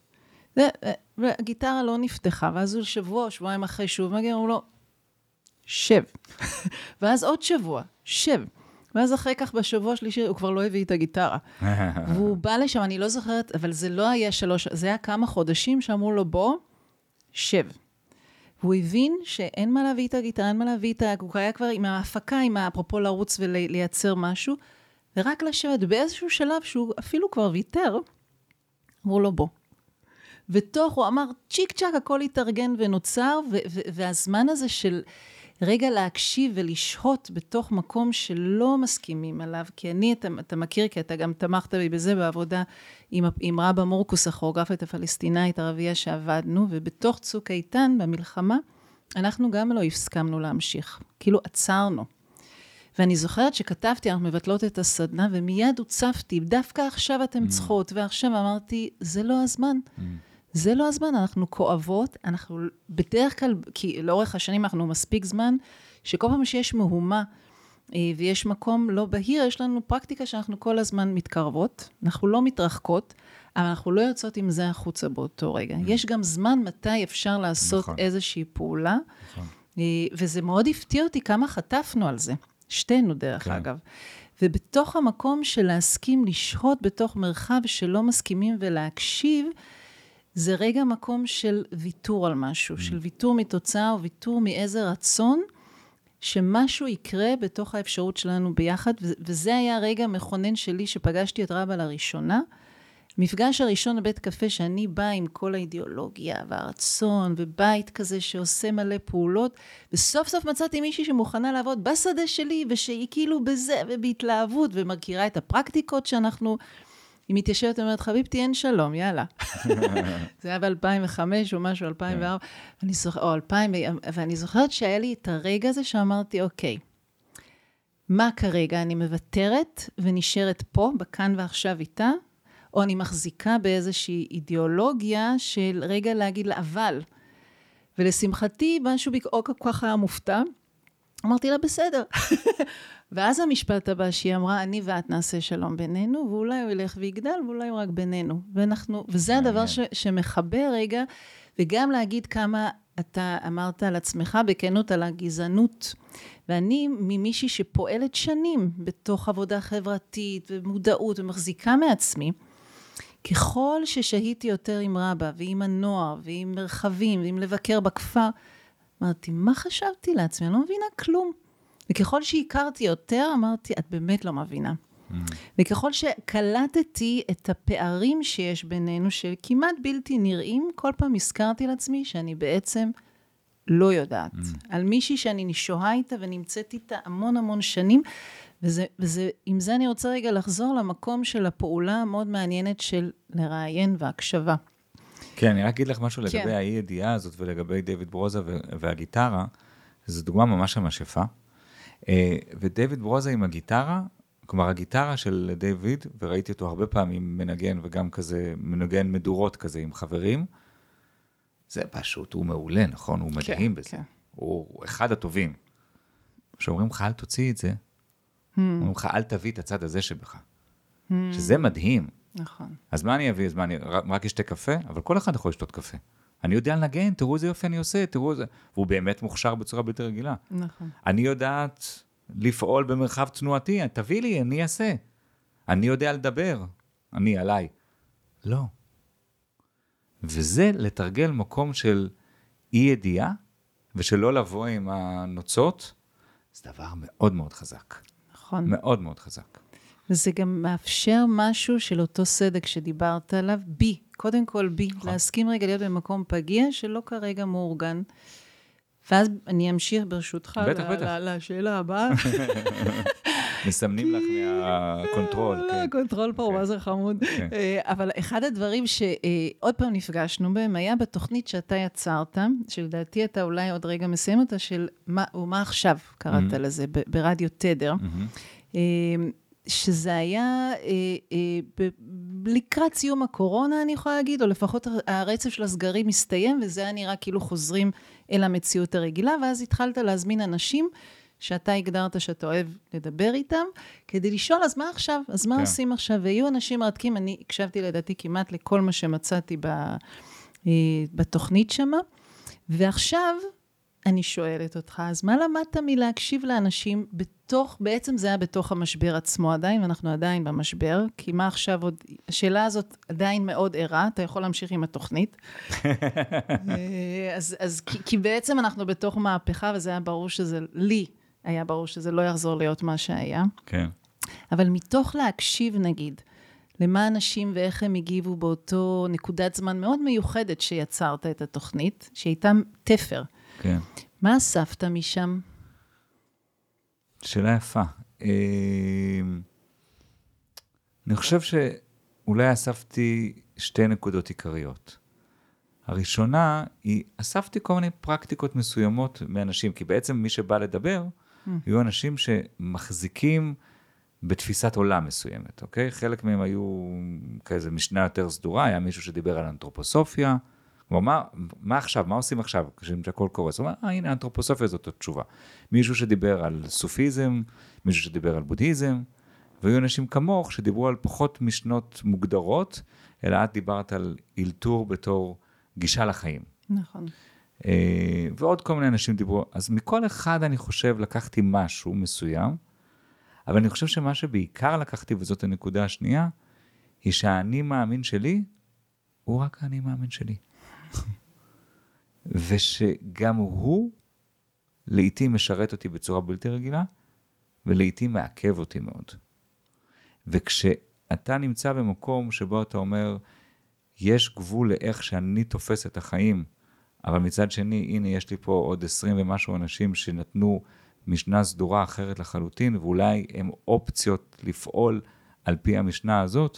Speaker 2: והגיטרה לא נפתחה, ואז הוא שבועיים אחרי שוב מגיע, אמרו לו, שב. ואז עוד שבוע, שב. ואז אחרי כך בשבוע שלישי, הוא כבר לא הביא את הגיטרה. והוא בא לשם, אני לא זוכרת, אבל זה לא היה 3, זה היה כמה חודשים שאמרו לו, בוא, שב. והוא הבין שאין מה להביא את הגיטרה, אין מה להביא את הוא היה כבר עם ההפקה, עם אפרופו לרוץ ולייצר משהו, ורק לשבת באיזשהו שלב שהוא אפילו כבר ויתר, אמרו לו, בוא. ותוך, הוא אמר, צ'יק צ'ק, הכל התארגן ונוצר, והזמן הזה של רגע להקשיב ולשהות בתוך מקום שלא מסכימים עליו, כי אתה מכיר, כי אתה גם תמכת בי בזה בעבודה עם רבא מורקוס, הכוריאוגרפית הפלסטינאית ערבייה שעבדנו, ובתוך צוק איתן, במלחמה, אנחנו גם לא הסכמנו להמשיך, כאילו עצרנו. ואני זוכרת שכתבתי, אנחנו מבטלות את הסדנה, ומיד הוצפתי, דווקא עכשיו אתם צריכות, ועכשיו אמרתי, זה לא הזמן. זה לא הזמן, אנחנו כואבות, אנחנו בדרך כלל, כי לאורך השנים אנחנו מספיק זמן, שכל פעם שיש מהומה, ויש מקום לא בהיר, יש לנו פרקטיקה שאנחנו כל הזמן מתקרבות, אנחנו לא מתרחקות, אבל אנחנו לא יוצאות עם זה החוצה באותו רגע. יש גם זמן מתי אפשר לעשות איזושהי פעולה, וזה מאוד הפתיע אותי כמה חטפנו על זה. שתינו דרך אגב. ובתוך המקום של להסכים לשהות בתוך מרחב שלא מסכימים ולהקשיב, זה רגע מקום של ויתור על משהו, של ויתור מתוצאה או ויתור מאיזה רצון, שמשהו יקרה בתוך האפשרות שלנו ביחד, וזה היה רגע מכונן שלי שפגשתי את רבא לראשונה, מפגש הראשון בבית קפה שאני באה עם כל האידיאולוגיה והרצון, ובית כזה שעושה מלא פעולות, וסוף סוף מצאתי מישהי שמוכנה לעבוד בשדה שלי, ושהיא כאילו בזה ובהתלהבות, ומכירה את הפרקטיקות שאנחנו, היא מתיישבת ואומרת, חביבתי, אין שלום, יאללה. זה היה ב-2005 או משהו, 2004, או 2000, ואני זוכרת שהיה לי את הרגע הזה שאמרתי, אוקיי, מה כרגע? אני מוותרת ונשארת פה, בכאן ועכשיו איתה, או אני מחזיקה באיזושהי אידיאולוגיה של רגע להגיד לה, אבל. ולשמחתי, משהו כל כך היה מופתע, אמרתי לה, בסדר. ואז המשפט הבא שהיא אמרה, אני ואת נעשה שלום בינינו, ואולי הוא ילך ויגדל, ואולי הוא רק בינינו. וזה הדבר שמחבר רגע, וגם להגיד כמה אתה אמרת על עצמך בכנות על הגזענות. ואני ממישהי שפועלת שנים בתוך עבודה חברתית ומודעות ומחזיקה מעצמי, ככל ששהיתי יותר עם רבא ועם הנוער ועם מרחבים ועם לבקר בכפר, אמרתי, מה חשבתי לעצמי? אני לא מבינה כלום. וככל שהכרתי יותר, אמרתי, את באמת לא מבינה. וככל שקלטתי את הפערים שיש בינינו, שכמעט בלתי נראים, כל פעם הזכרתי לעצמי שאני בעצם לא יודעת. על מישהי שאני שוהה איתה ונמצאת איתה המון שנים, עם זה אני רוצה רגע לחזור למקום של הפעולה המאוד מעניינת של לראיין והקשבה.
Speaker 1: כן, אני רק אגיד לך משהו לגבי האי-ידיעה הזאת ולגבי דיוויד ברוזה והגיטרה, זו דוגמה ממש יפה. ודייוויד ברוזה עם הגיטרה, כלומר הגיטרה של דיוויד, וראיתי אותו הרבה פעמים מנגן וגם כזה מנגן מדורות כזה עם חברים, זה פשוט, הוא מעולה, נכון? הוא מדהים בזה. הוא אחד הטובים. שאומרים לך, אל תוציא את זה, אומרים לך, אל תביא את הצד הזה שבך. שזה מדהים.
Speaker 2: נכון.
Speaker 1: אז מה אני אביא? אז מה, אני רק אשתה קפה? אבל כל אחד יכול לשתות קפה. אני יודע לנגן, תראו איזה יופי אני עושה, תראו איזה... והוא באמת מוכשר בצורה בלתי רגילה.
Speaker 2: נכון.
Speaker 1: אני יודעת לפעול במרחב תנועתי, תביא לי, אני אעשה. אני יודע לדבר, אני עליי. לא. וזה לתרגל מקום של אי ידיעה, ושלא לבוא עם הנוצות, זה דבר מאוד חזק.
Speaker 2: נכון.
Speaker 1: מאוד חזק.
Speaker 2: וזה גם מאפשר משהו של אותו סדק שדיברת עליו, בי, קודם כל בי, להסכים רגע להיות במקום פגיע, שלא כרגע מאורגן. ואז אני אמשיך ברשותך
Speaker 1: בטח.
Speaker 2: לשאלה הבאה.
Speaker 1: מסמנים לך מהקונטרול.
Speaker 2: לא, הקונטרול פה הוא מה זה חמוד. אבל אחד הדברים שעוד פעם נפגשנו בהם, היה בתוכנית שאתה יצרת, שלדעתי אתה אולי עוד רגע מסיים אותה, של מה עכשיו קראת לזה, ברדיו תדר. שזה היה לקראת סיום הקורונה, אני יכולה להגיד, או לפחות הרצף של הסגרים מסתיים, וזה היה נראה כאילו חוזרים אל המציאות הרגילה, ואז התחלת להזמין אנשים שאתה הגדרת שאתה אוהב לדבר איתם, כדי לשאול, אז מה עכשיו? אז מה עושים עכשיו? והיו אנשים מרתקים, אני הקשבתי לדעתי כמעט לכל מה שמצאתי בתוכנית שמה, ועכשיו אני שואלת אותך, אז מה למדת מלהקשיב לאנשים בעצם זה היה בתוך המשבר עצמו עדיין, ואנחנו עדיין במשבר, כי מה עכשיו עוד, השאלה הזאת עדיין מאוד ערה, אתה יכול להמשיך עם התוכנית. כי בעצם אנחנו בתוך מהפכה, וזה היה ברור לי היה ברור שזה לא יחזור להיות מה שהיה.
Speaker 1: כן.
Speaker 2: אבל מתוך להקשיב נגיד, למה אנשים ואיך הם הגיבו באותו נקודת זמן מאוד מיוחדת שיצרת את התוכנית, שהייתה תפר.
Speaker 1: כן.
Speaker 2: מה אספת משם?
Speaker 1: שאלה יפה. אני חושב שאולי אספתי שתי נקודות עיקריות. הראשונה היא, אספתי כל מיני פרקטיקות מסוימות מאנשים, כי בעצם מי שבא לדבר, היו אנשים שמחזיקים בתפיסת עולם מסוימת, אוקיי? חלק מהם היו כאיזו משנה יותר סדורה, היה מישהו שדיבר על אנתרופוסופיה, כלומר, מה עכשיו? מה עושים עכשיו? כשהכל קורס. הוא אומר, הנה, האנתרופוסופיה זאת התשובה. מישהו שדיבר על סופיזם, מישהו שדיבר על בודהיזם, והיו אנשים כמוך שדיברו על פחות משנות מוגדרות, אלא את דיברת על אילתור בתור גישה לחיים.
Speaker 2: נכון.
Speaker 1: ועוד כל מיני אנשים דיברו. אז מכל אחד אני חושב לקחתי משהו מסוים, אבל אני חושב שמה שבעיקר לקחתי, וזאת הנקודה השנייה, היא שהאני מאמין שלי, הוא רק האני מאמין שלי. ושגם הוא לעתים משרת אותי בצורה בלתי רגילה, ולעתים מעכב אותי מאוד. וכשאתה נמצא במקום שבו אתה אומר, יש גבול לאיך שאני תופס את החיים, אבל מצד שני, הנה יש לי פה עוד 20 ומשהו אנשים שנתנו משנה סדורה אחרת לחלוטין, ואולי הם אופציות לפעול על פי המשנה הזאת,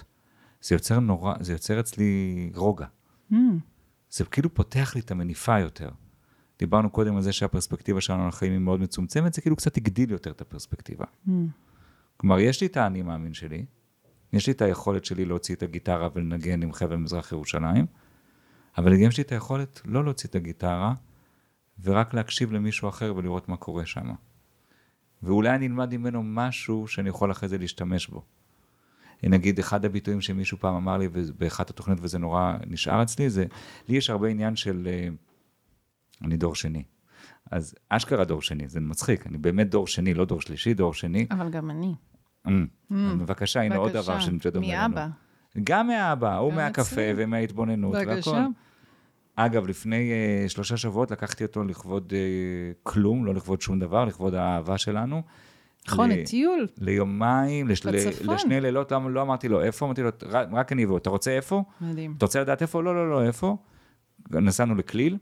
Speaker 1: זה יוצר אצלי רוגע. זה כאילו פותח לי את המניפה יותר. דיברנו קודם על זה שהפרספקטיבה שלנו על החיים היא מאוד מצומצמת, זה כאילו קצת הגדיל יותר את הפרספקטיבה. כלומר, יש לי את האני מאמין שלי, יש לי את היכולת שלי להוציא את הגיטרה ולנגן עם חבל מזרח ירושלים, אבל יש לי את היכולת לא להוציא את הגיטרה, ורק להקשיב למישהו אחר ולראות מה קורה שם. ואולי אני אלמד ממנו משהו שאני יכול אחרי זה להשתמש בו. נגיד, אחד הביטויים שמישהו פעם אמר לי, באחת התוכנית, וזה נורא נשאר אצלי, זה, לי יש הרבה עניין של, אני דור שני. אז אשכרה דור שני, זה מצחיק, אני באמת דור שני, לא דור שלישי, דור שני.
Speaker 2: אבל גם אני.
Speaker 1: בבקשה, הנה עוד דבר שנתדום לנו.
Speaker 2: מאבא.
Speaker 1: גם מהאבא, הוא מהקפה ומההתבוננות.
Speaker 2: בבקשה.
Speaker 1: אגב, לפני 3 שבועות לקחתי אותו לכבוד כלום, לא לכבוד שום דבר, לכבוד האהבה שלנו.
Speaker 2: נכון, לטיול.
Speaker 1: ליומיים, לשני לילות, לא אמרתי לו איפה, אמרתי לו, רק אני אבוא, אתה רוצה איפה?
Speaker 2: מדהים.
Speaker 1: אתה רוצה לדעת איפה? לא, איפה? נסענו לכליל,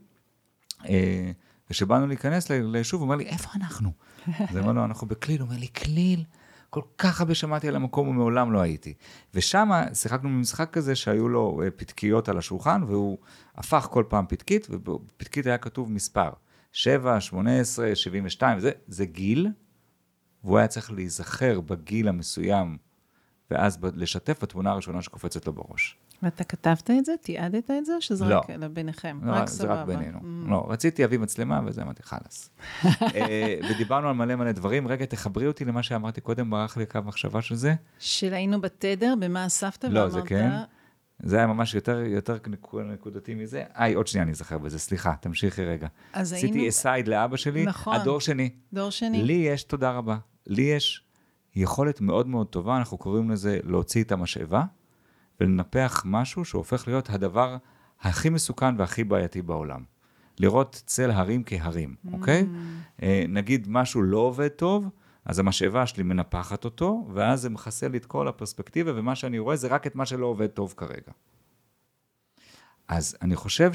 Speaker 1: ושבאנו להיכנס ליישוב, הוא אומר לי, איפה אנחנו? אז אמרנו, אנחנו בכליל, הוא אומר לי, כליל, כל כך הרבה שמעתי על המקום ומעולם לא הייתי. ושם שיחקנו במשחק כזה שהיו לו פתקיות על השולחן, והוא הפך כל פעם פתקית, ובפתקית היה כתוב מספר, 7, 18, 72, זה גיל, והוא היה צריך להיזכר בגיל המסוים, ואז לשתף בתמונה הראשונה שקופצת לו בראש.
Speaker 2: ואתה כתבת את זה? תיעדת את זה? או שזה רק ביניכם?
Speaker 1: לא, זה רק בינינו. לא, רציתי להביא מצלמה, וזה אמרתי, חלס. ודיברנו על מלא דברים. רגע, תחברי אותי למה שאמרתי קודם, ברח לי קו מחשבה של זה.
Speaker 2: שהיינו בתדר, במה אספת ואמרת?
Speaker 1: לא, זה כן. זה היה ממש יותר נקודתי מזה. עוד שנייה אני אזכר בזה, סליחה, תמשיכי רגע. עשיתי אסייד לאבא שלי, הדור שני.
Speaker 2: דור שני.
Speaker 1: לי יש, תודה רבה, לי יש יכולת מאוד מאוד טובה, אנחנו קוראים לזה להוציא את המשאבה, ולנפח משהו שהופך להיות הדבר הכי מסוכן והכי בעייתי בעולם. לראות צל הרים כהרים, אוקיי? נגיד משהו לא עובד טוב, אז המשאבה שלי מנפחת אותו, ואז זה מחסל לי את כל הפרספקטיבה, ומה שאני רואה זה רק את מה שלא עובד טוב כרגע. אז אני חושב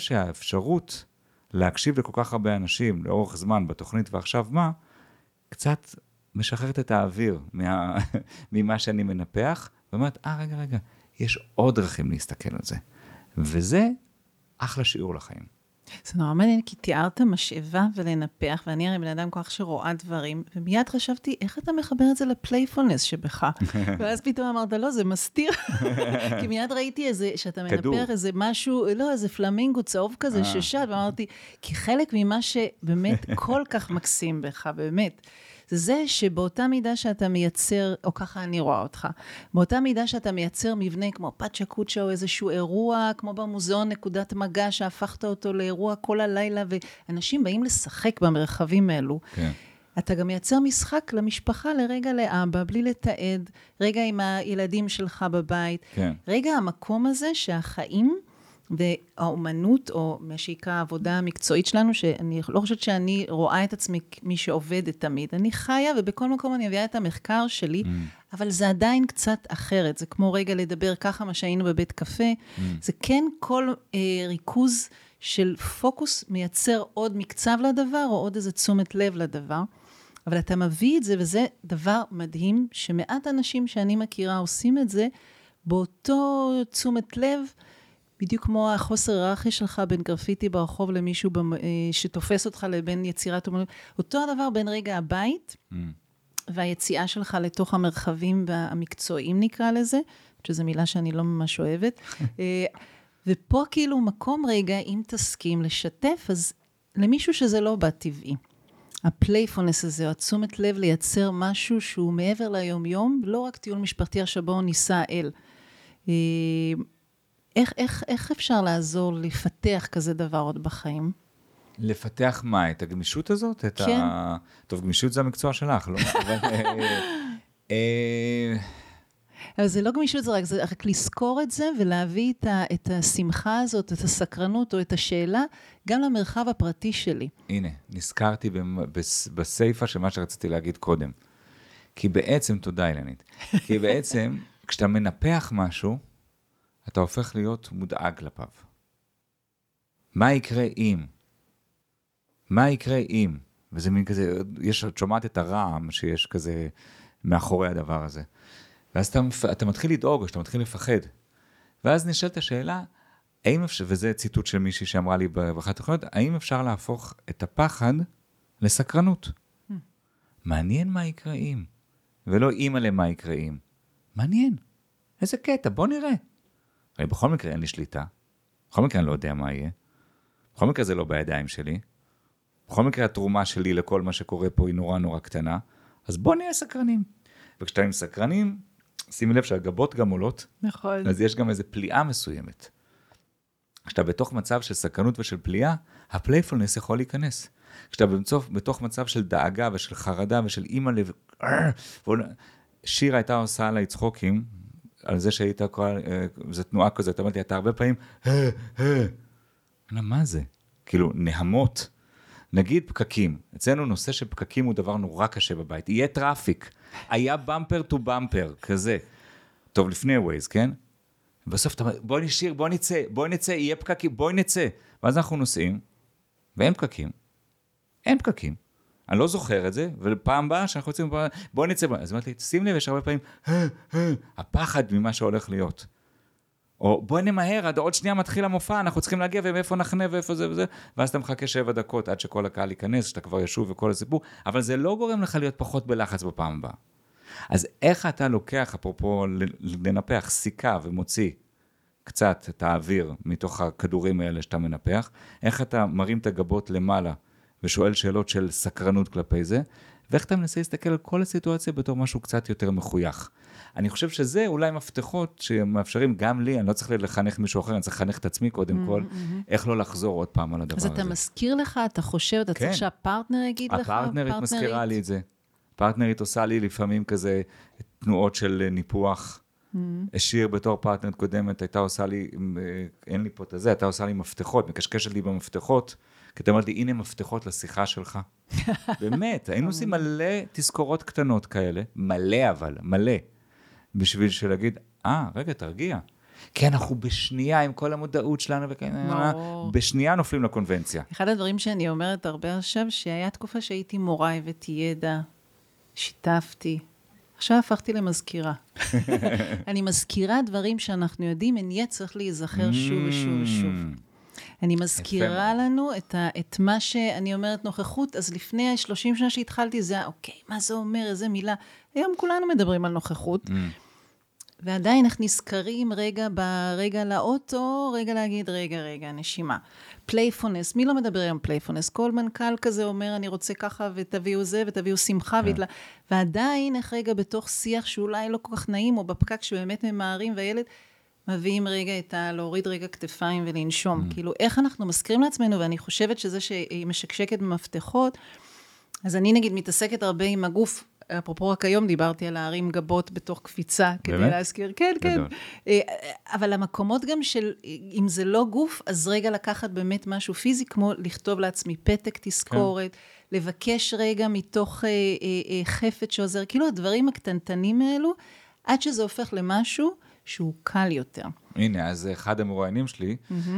Speaker 1: שהאפשרות להקשיב לכל כך הרבה אנשים לאורך זמן בתוכנית ועכשיו מה, קצת משחררת את האוויר ממה שאני מנפח, ואומרת, רגע, יש עוד דרכים להסתכל על זה. וזה אחלה שיעור לחיים.
Speaker 2: זה נורא מעניין, כי תיארת משאבה ולנפח, ואני הרי בן אדם כל כך שרואה דברים, ומיד חשבתי, איך אתה מחבר את זה לפלייפולנס שבך? ואז פתאום אמרת, לא, זה מסתיר. כי מיד ראיתי איזה, שאתה מנפח איזה משהו, לא, איזה פלמינגו צהוב כזה ששט, ואמרתי, כי חלק ממה שבאמת כל כך מקסים בך, באמת, זה שבאותה מידה שאתה מייצר, או ככה אני רואה אותך, באותה מידה שאתה מייצר מבנה כמו פאצ'ה קוצ'ה, או איזשהו אירוע, כמו במוזיאון נקודת מגע, שהפכת אותו לאירוע כל הלילה, ואנשים באים לשחק במרחבים האלו. כן. אתה גם מייצר משחק למשפחה, לרגע לאבא, בלי לתעד, רגע עם הילדים שלך בבית. כן. רגע המקום הזה שהחיים והאומנות, או מה שיקרא העבודה המקצועית שלנו, שאני לא חושבת שאני רואה את עצמי מי שעובדת תמיד. אני חיה, ובכל מקום אני מביאה את המחקר שלי, אבל זה עדיין קצת אחרת. זה כמו רגע לדבר ככה, מה שהיינו בבית קפה. זה כן כל ריכוז של פוקוס מייצר עוד מקצב לדבר, או עוד איזה תשומת לב לדבר. אבל אתה מביא את זה, וזה דבר מדהים, שמעט אנשים שאני מכירה עושים את זה, באותו תשומת לב, בדיוק כמו החוסר היררכי שלך בין גרפיטי ברחוב למישהו שתופס אותך לבין יצירת אומנות. אותו הדבר בין רגע הבית והיציאה שלך לתוך המרחבים המקצועיים נקרא לזה, שזו מילה שאני לא ממש אוהבת. ופה כאילו מקום רגע, אם תסכים לשתף, אז למישהו שזה לא בא טבעי. הפלייפולנס הזה, או התשומת לב לייצר משהו שהוא מעבר ליום-יום, לא רק טיול משפחתי שבו ניסה אל. איך אפשר לעזור לפתח כזה דבר עוד בחיים?
Speaker 1: לפתח מה? את הגמישות הזאת? כן. טוב, גמישות זה המקצוע שלך, לא?
Speaker 2: אבל זה לא גמישות, זה רק לזכור את זה, ולהביא את השמחה הזאת, את הסקרנות, או את השאלה, גם למרחב הפרטי שלי.
Speaker 1: הנה, נזכרתי בסייפה של מה שרציתי להגיד קודם. כי בעצם, תודה אילנית, כי בעצם, כשאתה מנפח משהו, אתה הופך להיות מודאג כלפיו. מה יקרה אם? מה יקרה אם? וזה מין כזה, את שומעת את הרעם שיש כזה מאחורי הדבר הזה. ואז אתה מתחיל לדאוג, או שאתה מתחיל לפחד. ואז נשאלת השאלה, וזה ציטוט של מישהי שאמרה לי באחת התוכניות, האם אפשר להפוך את הפחד לסקרנות? מעניין מה יקרה אם. ולא אם עליהם מה יקרה אם. מעניין. איזה קטע, בוא נראה. הרי בכל מקרה אין לי שליטה. בכל מקרה אני לא יודע מה יהיה. בכל מקרה זה לא בידיים שלי. בכל מקרה התרומה שלי לכל מה שקורה פה היא נורא נורא קטנה. אז בוא נהיה סקרנים. וכשאתה עם סקרנים, שימי לב שהגבות גם עולות.
Speaker 2: נכון.
Speaker 1: אז יש גם איזו פליאה מסוימת. כשאתה בתוך מצב של סקרנות ושל פליאה, הפלייפולנס יכול להיכנס. כשאתה בתוך מצב של דאגה ושל חרדה ושל אימא לב... שירה הייתה עושה עליי צחוקים, על זה שהיית קורא, זו תנועה כזאת, אמרתי, אתה הרבה פעמים, מה זה? כאילו, נהמות. נגיד פקקים. אצלנו נושא של פקקים הוא דבר נורא קשה בבית. יהיה טראפיק. היה במפר טו במפר, כזה. טוב, לפני ווייז, כן? בסוף אתה אומר, בואי נשאיר, בואי נצא, יהיה פקקים, בואי נצא. ואז אנחנו נוסעים, ואין פקקים. אין פקקים. אני לא זוכר את זה, ולפעם הבאה שאנחנו רוצים, בואי נצא. אז אמרתי, שים לב, יש הרבה פעמים, הפחד ממה שהולך להיות. או בואי נמהר, עד עוד שנייה מתחיל המופע, אנחנו צריכים להגיע, ואיפה נחנה, ואיפה זה וזה, ואז אתה מחכה 7 דקות, עד שכל הקהל ייכנס, שאתה כבר ישוב וכל הסיפור, אבל זה לא גורם לך להיות פחות בלחץ בפעם הבאה. אז איך אתה לוקח, אפרופו לנפח סיכה ומוציא קצת את האוויר מתוך הכדורים האלה שאתה מנפח, איך אתה מרים את הגבות למעלה, ושואל שאלות של סקרנות כלפי זה, ואיך אתה מנסה להסתכל על כל הסיטואציה בתור משהו קצת יותר מחוייך. אני חושב שזה אולי מפתחות שמאפשרים גם לי, אני לא צריך לחנך מישהו אחר, אני צריך לחנך את עצמי קודם כל, איך לא לחזור עוד פעם על הדבר הזה.
Speaker 2: אז אתה מזכיר לך, אתה חושב, אתה צריך שהפרטנר יגיד לך?
Speaker 1: הפרטנרית מזכירה לי את זה. הפרטנרית עושה לי לפעמים כזה תנועות של ניפוח. השיר בתור פרטנרית קודמת, הייתה עושה לי, אין לי פה את זה, הייתה עושה לי מפתחות, מקשקשת לי במפתחות, כי אתה אומרת לי, הנה מפתחות לשיחה שלך. באמת, היינו עושים מלא תזכורות קטנות כאלה, מלא אבל, מלא, בשביל שלהגיד, רגע, תרגיע. כי אנחנו בשנייה עם כל המודעות שלנו, בשנייה נופלים לקונבנציה.
Speaker 2: אחד הדברים שאני אומרת הרבה עכשיו, שהיה תקופה שהייתי מורה הבאתי ידע, שיתפתי. עכשיו הפכתי למזכירה. אני מזכירה דברים שאנחנו יודעים, אין יהיה צריך להיזכר שוב ושוב ושוב. אני מזכירה לנו את מה שאני אומרת נוכחות, אז לפני 30 שנה שהתחלתי, זה אוקיי, מה זה אומר, איזה מילה? היום כולנו מדברים על נוכחות, ועדיין אנחנו נזכרים ברגע לאוטו, רגע להגיד, רגע, נשימה. פלייפונס, מי לא מדבר היום פלייפונס? כל מנכ"ל כזה אומר, אני רוצה ככה, ותביאו זה, ותביאו שמחה, ועדיין, איך רגע בתוך שיח שאולי לא כל כך נעים, או בפקק שבאמת ממהרים, והילד מביאים רגע להוריד רגע כתפיים ולנשום. כאילו, איך אנחנו מזכירים לעצמנו, ואני חושבת שזה שהיא משקשקת במפתחות, אז אני נגיד מתעסקת הרבה עם הגוף, אפרופו רק היום דיברתי על להרים גבות בתוך קפיצה, כדי להזכיר, כן. אבל המקומות גם של, אם זה לא גוף, אז רגע לקחת באמת משהו פיזי, כמו לכתוב לעצמי פתק תזכורת, לבקש רגע מתוך חפת שעוזר, כאילו הדברים הקטנטנים האלו, עד שזה הופך למשהו שהוא קל יותר.
Speaker 1: הנה, אז אחד המרואיינים שלי,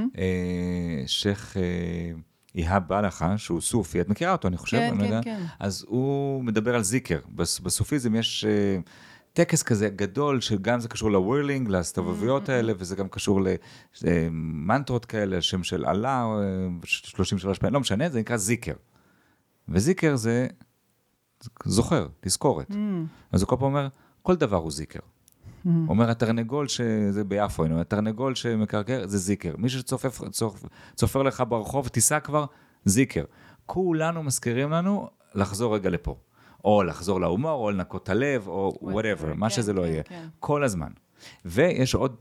Speaker 1: שייך איהאב בלחה, שהוא סופי, את מכירה אותו, אני חושב?
Speaker 2: כן.
Speaker 1: אז הוא מדבר על זיקר. בסופיזם יש טקס כזה גדול, שגם זה קשור לווירלינג, להסתובבויות האלה, וזה גם קשור למנטרות כאלה, שם של אללה, 33 פעמים, לא משנה, זה נקרא זיקר. וזיקר זה זוכר, תזכורת. אז הוא כל פעם אומר, כל דבר הוא זיקר. אומר, התרנגול שזה ביפו, התרנגול שמקרקר, זה זיקר. מי שצופר לך ברחוב, תיסע כבר, זיקר. כולנו מזכירים לנו לחזור רגע לפה. או לחזור להומור, או לנקות הלב, או whatever, מה שזה לא יהיה. כל הזמן. ויש עוד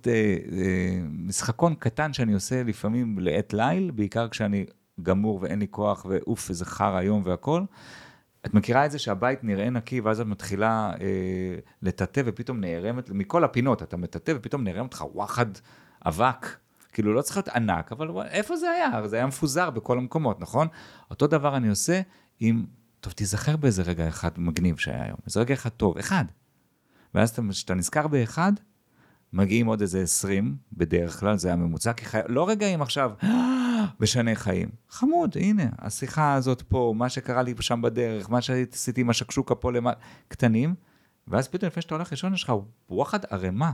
Speaker 1: משחקון קטן שאני עושה לפעמים לעת ליל, בעיקר כשאני גמור ואין לי כוח, ואוף, איזה חר היום והכל. את מכירה את זה שהבית נראה נקי, ואז את מתחילה לטאטא, ופתאום נערמת, מכל הפינות אתה מטאטא, ופתאום נערמת לך וואחד אבק, כאילו לא צריך להיות ענק, אבל איפה זה היה? זה היה מפוזר בכל המקומות, נכון? אותו דבר אני עושה עם, טוב, תיזכר באיזה רגע אחד מגניב שהיה היום, איזה רגע אחד טוב, אחד. ואז כשאתה נזכר באחד, מגיעים עוד איזה 20, בדרך כלל זה הממוצע, כי לא רגעים עכשיו, בשני חיים. חמוד, הנה, השיחה הזאת פה, מה שקרה לי שם בדרך, מה שעשיתי עם השקשוקה פה קטנים, ואז פתאום לפני שאתה הולך ראשון, יש לך וואחד ערמה,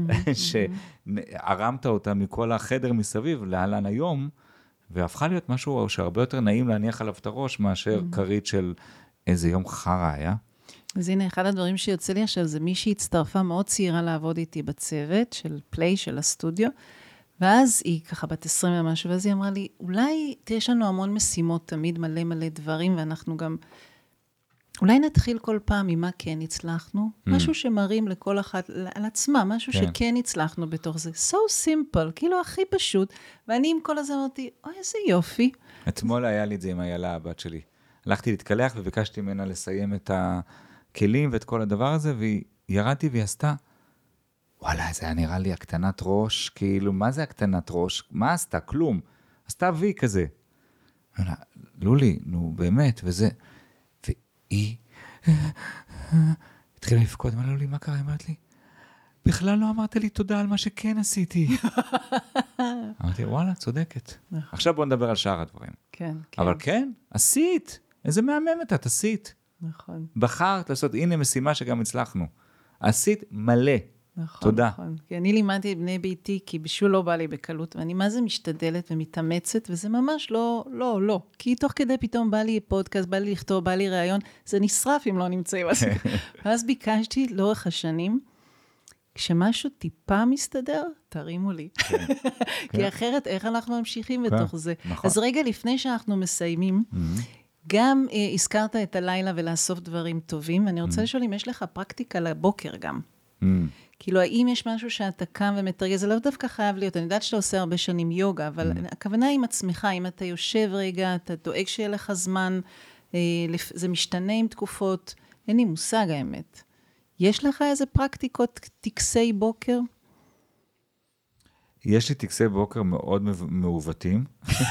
Speaker 1: שערמת אותה מכל החדר מסביב, להלן היום, והפכה להיות משהו שהרבה יותר נעים להניח עליו את הראש, מאשר קרית של איזה יום חרה היה.
Speaker 2: אז הנה, אחד הדברים שיוצא לי עכשיו, זה מי שהצטרפה מאוד צעירה לעבוד איתי בצוות של פליי, של הסטודיו, ואז היא ככה בת 20 ומשהו, ואז היא אמרה לי, אולי יש לנו המון משימות, תמיד מלא דברים, ואנחנו גם, אולי נתחיל כל פעם ממה כן הצלחנו, משהו שמראים לכל אחת, על עצמה, משהו שכן הצלחנו בתוך זה, so simple, כאילו הכי פשוט, ואני עם כל הזה אמרתי, אוי, איזה יופי.
Speaker 1: אתמול היה לי את זה עם איילה, הבת שלי. הלכתי להתקלח וביקשתי ממנה לסיים את הכלים ואת כל הדבר הזה, והיא ירדתי והיא עשתה, וואלה, זה היה נראה לי הקטנת ראש, כאילו, מה זה הקטנת ראש? מה עשתה? כלום. עשתה וי כזה. לולי, נו, באמת, וזה. והיא התחילה לפקוד, אמרה לולי, מה קרה? אמרת לי, בכלל לא אמרת לי תודה על מה שכן עשיתי. אמרתי, וואלה, צודקת. עכשיו בוא נדבר על שאר הדברים.
Speaker 2: כן.
Speaker 1: אבל כן, עשית. איזה מהממת את עשית.
Speaker 2: נכון.
Speaker 1: בחרת לעשות, הנה משימה שגם הצלחנו. עשית מלא.
Speaker 2: נכון,
Speaker 1: תודה.
Speaker 2: נכון. כי אני לימדתי את בני ביתי, כי בשביל לא בא לי בקלות, ואני מה זה משתדלת ומתאמצת, וזה ממש לא. כי תוך כדי פתאום בא לי פודקאסט, בא לי לכתוב, בא לי ראיון, זה נשרף אם לא נמצאים. ואז ביקשתי לאורך השנים, כשמשהו טיפה מסתדר, תרימו לי. כי אחרת, איך אנחנו ממשיכים בתוך זה? אז רגע לפני שאנחנו מסיימים, גם הזכרת את הלילה ולאסוף דברים טובים, ואני רוצה לשאול אם יש לך פרקטיקה לבוקר גם. כאילו, האם יש משהו שאתה קם ומתרגל, זה לא דווקא חייב להיות, אני יודעת שאתה עושה הרבה שנים יוגה, אבל הכוונה עם עצמך, אם אתה יושב רגע, אתה דואג שיהיה לך זמן, זה משתנה עם תקופות, אין לי מושג האמת. יש לך איזה פרקטיקות, טקסי בוקר?
Speaker 1: יש לי טקסי בוקר מאוד מעוותים.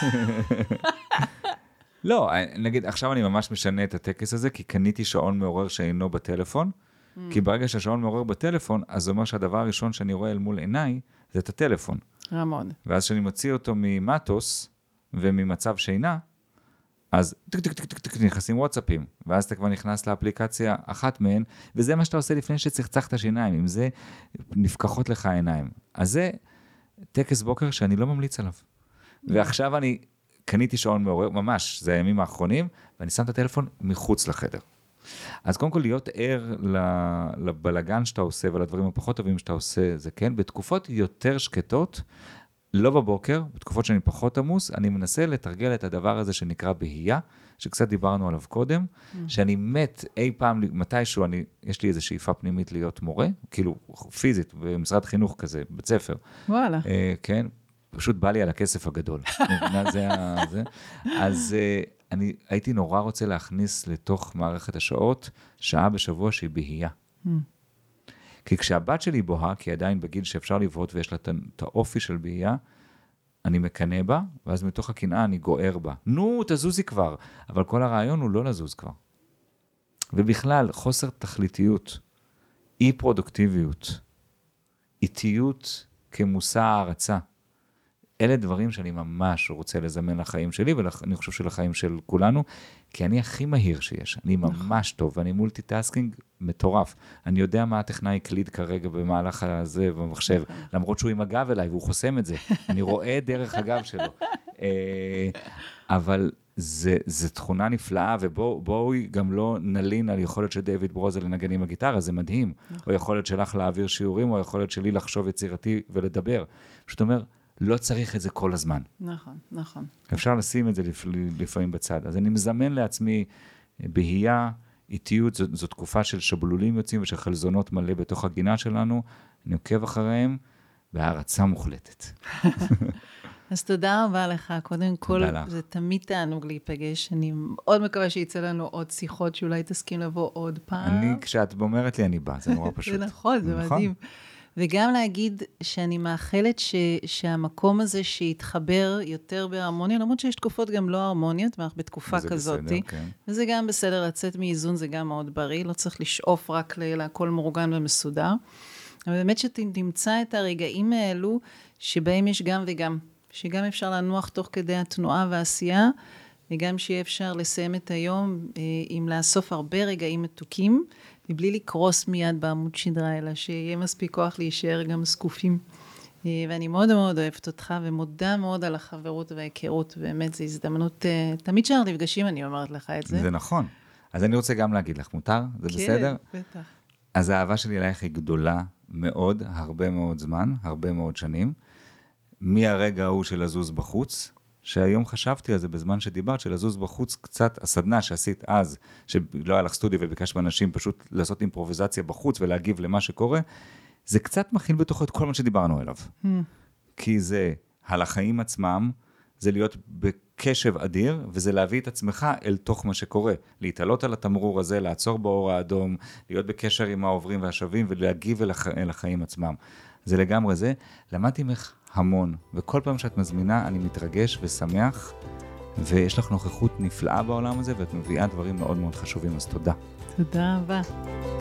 Speaker 1: לא, נגיד, עכשיו אני ממש משנה את הטקס הזה, כי קניתי שעון מעורר שאינו בטלפון, כי ברגע שהשעון מעורר בטלפון, אז זה אומר שהדבר הראשון שאני רואה אל מול עיניי, זה את הטלפון.
Speaker 2: רמון.
Speaker 1: ואז שאני מוציא אותו ממטוס, וממצב שינה, אז נכנסים וואטסאפים, ואז אתה כבר נכנס לאפליקציה אחת מהן, וזה מה שאתה עושה לפני שצחצחת השיניים, עם זה נפקחות לך העיניים. אז זה טקס בוקר שאני לא ממליץ עליו. ועכשיו אני קניתי שעון מעורר, ממש, זה הימים האחרונים, ואני שם את הטלפון מחוץ לחדר. אז קודם כל להיות ער לבלגן שאתה עושה, ולדברים הפחות טובים שאתה עושה, זה כן, בתקופות יותר שקטות, לא בבוקר, בתקופות שאני פחות עמוס, אני מנסה לתרגל את הדבר הזה שנקרא בהייה, שקצת דיברנו עליו קודם, שאני מת אי פעם, מתישהו יש לי איזו שאיפה פנימית להיות מורה, כאילו פיזית, במשרד חינוך כזה, בית ספר.
Speaker 2: וואלה.
Speaker 1: כן, פשוט בא לי על הכסף הגדול. זה. אז אני הייתי נורא רוצה להכניס לתוך מערכת השעות, שעה בשבוע שהיא בהייה. כי כשהבת שלי בוהה, כי היא עדיין בגיל שאפשר לבהות ויש לה את האופי של בהייה, אני מקנה בה, ואז מתוך הקנאה אני גוער בה. נו, תזוזי כבר. אבל כל הרעיון הוא לא לזוז כבר. ובכלל, חוסר תכליתיות, אי פרודוקטיביות, איטיות כמושא הערצה. אלה דברים שאני ממש רוצה לזמן לחיים שלי, ואני חושב שלחיים של כולנו, כי אני הכי מהיר שיש. אני ממש טוב, ואני מולטיטאסקינג מטורף. אני יודע מה הטכנאי הקליד כרגע במהלך הזה במחשב, למרות שהוא עם הגב אליי, והוא חוסם את זה. אני רואה דרך הגב שלו. אבל זה תכונה נפלאה, ובואו גם לא נלין על יכולת של דיוויד ברוזה לנגן עם הגיטרה, זה מדהים. או יכולת שלך להעביר שיעורים, או יכולת שלי לחשוב יצירתי ולדבר. פשוט אומר, לא צריך את זה כל הזמן.
Speaker 2: נכון, נכון.
Speaker 1: אפשר לשים את זה לפעמים בצד. אז אני מזמן לעצמי בהייה, איטיות, זו תקופה של שבלולים יוצאים ושל חלזונות מלא בתוך הגינה שלנו, אני עוקב אחריהם, והערצה מוחלטת.
Speaker 2: אז תודה רבה לך. קודם כל, זה תמיד תענוג להיפגש. אני מאוד מקווה שיצא לנו עוד שיחות, שאולי תסכים לבוא עוד פעם.
Speaker 1: כשאת אומרת לי, אני בא, זה נורא פשוט.
Speaker 2: זה נכון, זה מדהים. וגם להגיד שאני מאחלת שהמקום הזה שיתחבר יותר בהרמוניה, למרות שיש תקופות גם לא הרמוניות, ואנחנו בתקופה כזאת.
Speaker 1: כן.
Speaker 2: וזה גם בסדר, לצאת מאיזון זה גם מאוד בריא, לא צריך לשאוף רק להכל מאורגן ומסודר. אבל באמת שתמצא את הרגעים האלו, שבהם יש גם וגם, שגם אפשר לנוח תוך כדי התנועה והעשייה, וגם שיהיה אפשר לסיים את היום עם לאסוף הרבה רגעים מתוקים, מבלי לקרוס מיד בעמוד שדרה, אלא שיהיה מספיק כוח להישאר גם סקופים. ואני מאוד מאוד אוהבת אותך, ומודה מאוד על החברות וההיכרות, באמת זו הזדמנות, תמיד שאנחנו נפגשים, אני אומרת לך את זה.
Speaker 1: זה נכון. אז אני רוצה גם להגיד לך, מותר? זה בסדר?
Speaker 2: כן, בטח.
Speaker 1: אז האהבה שלי אלייך היא גדולה מאוד, הרבה מאוד זמן, הרבה מאוד שנים. מהרגע ההוא של לזוז בחוץ, שהיום חשבתי על זה בזמן שדיברת, של לזוז בחוץ קצת, הסדנה שעשית אז, שלא היה לך סטודיו וביקש באנשים פשוט לעשות אימפרוביזציה בחוץ ולהגיב למה שקורה, זה קצת מכיל בתוכו את כל מה שדיברנו אליו. כי זה על החיים עצמם, זה להיות בקשב אדיר, וזה להביא את עצמך אל תוך מה שקורה. להתעלות על התמרור הזה, לעצור באור האדום, להיות בקשר עם העוברים והשווים, ולהגיב אל החיים עצמם. זה לגמרי זה. למדתי ממך המון, וכל פעם שאת מזמינה אני מתרגש ושמח, ויש לך נוכחות נפלאה בעולם הזה, ואת מביאה דברים מאוד מאוד חשובים, אז תודה.
Speaker 2: תודה רבה.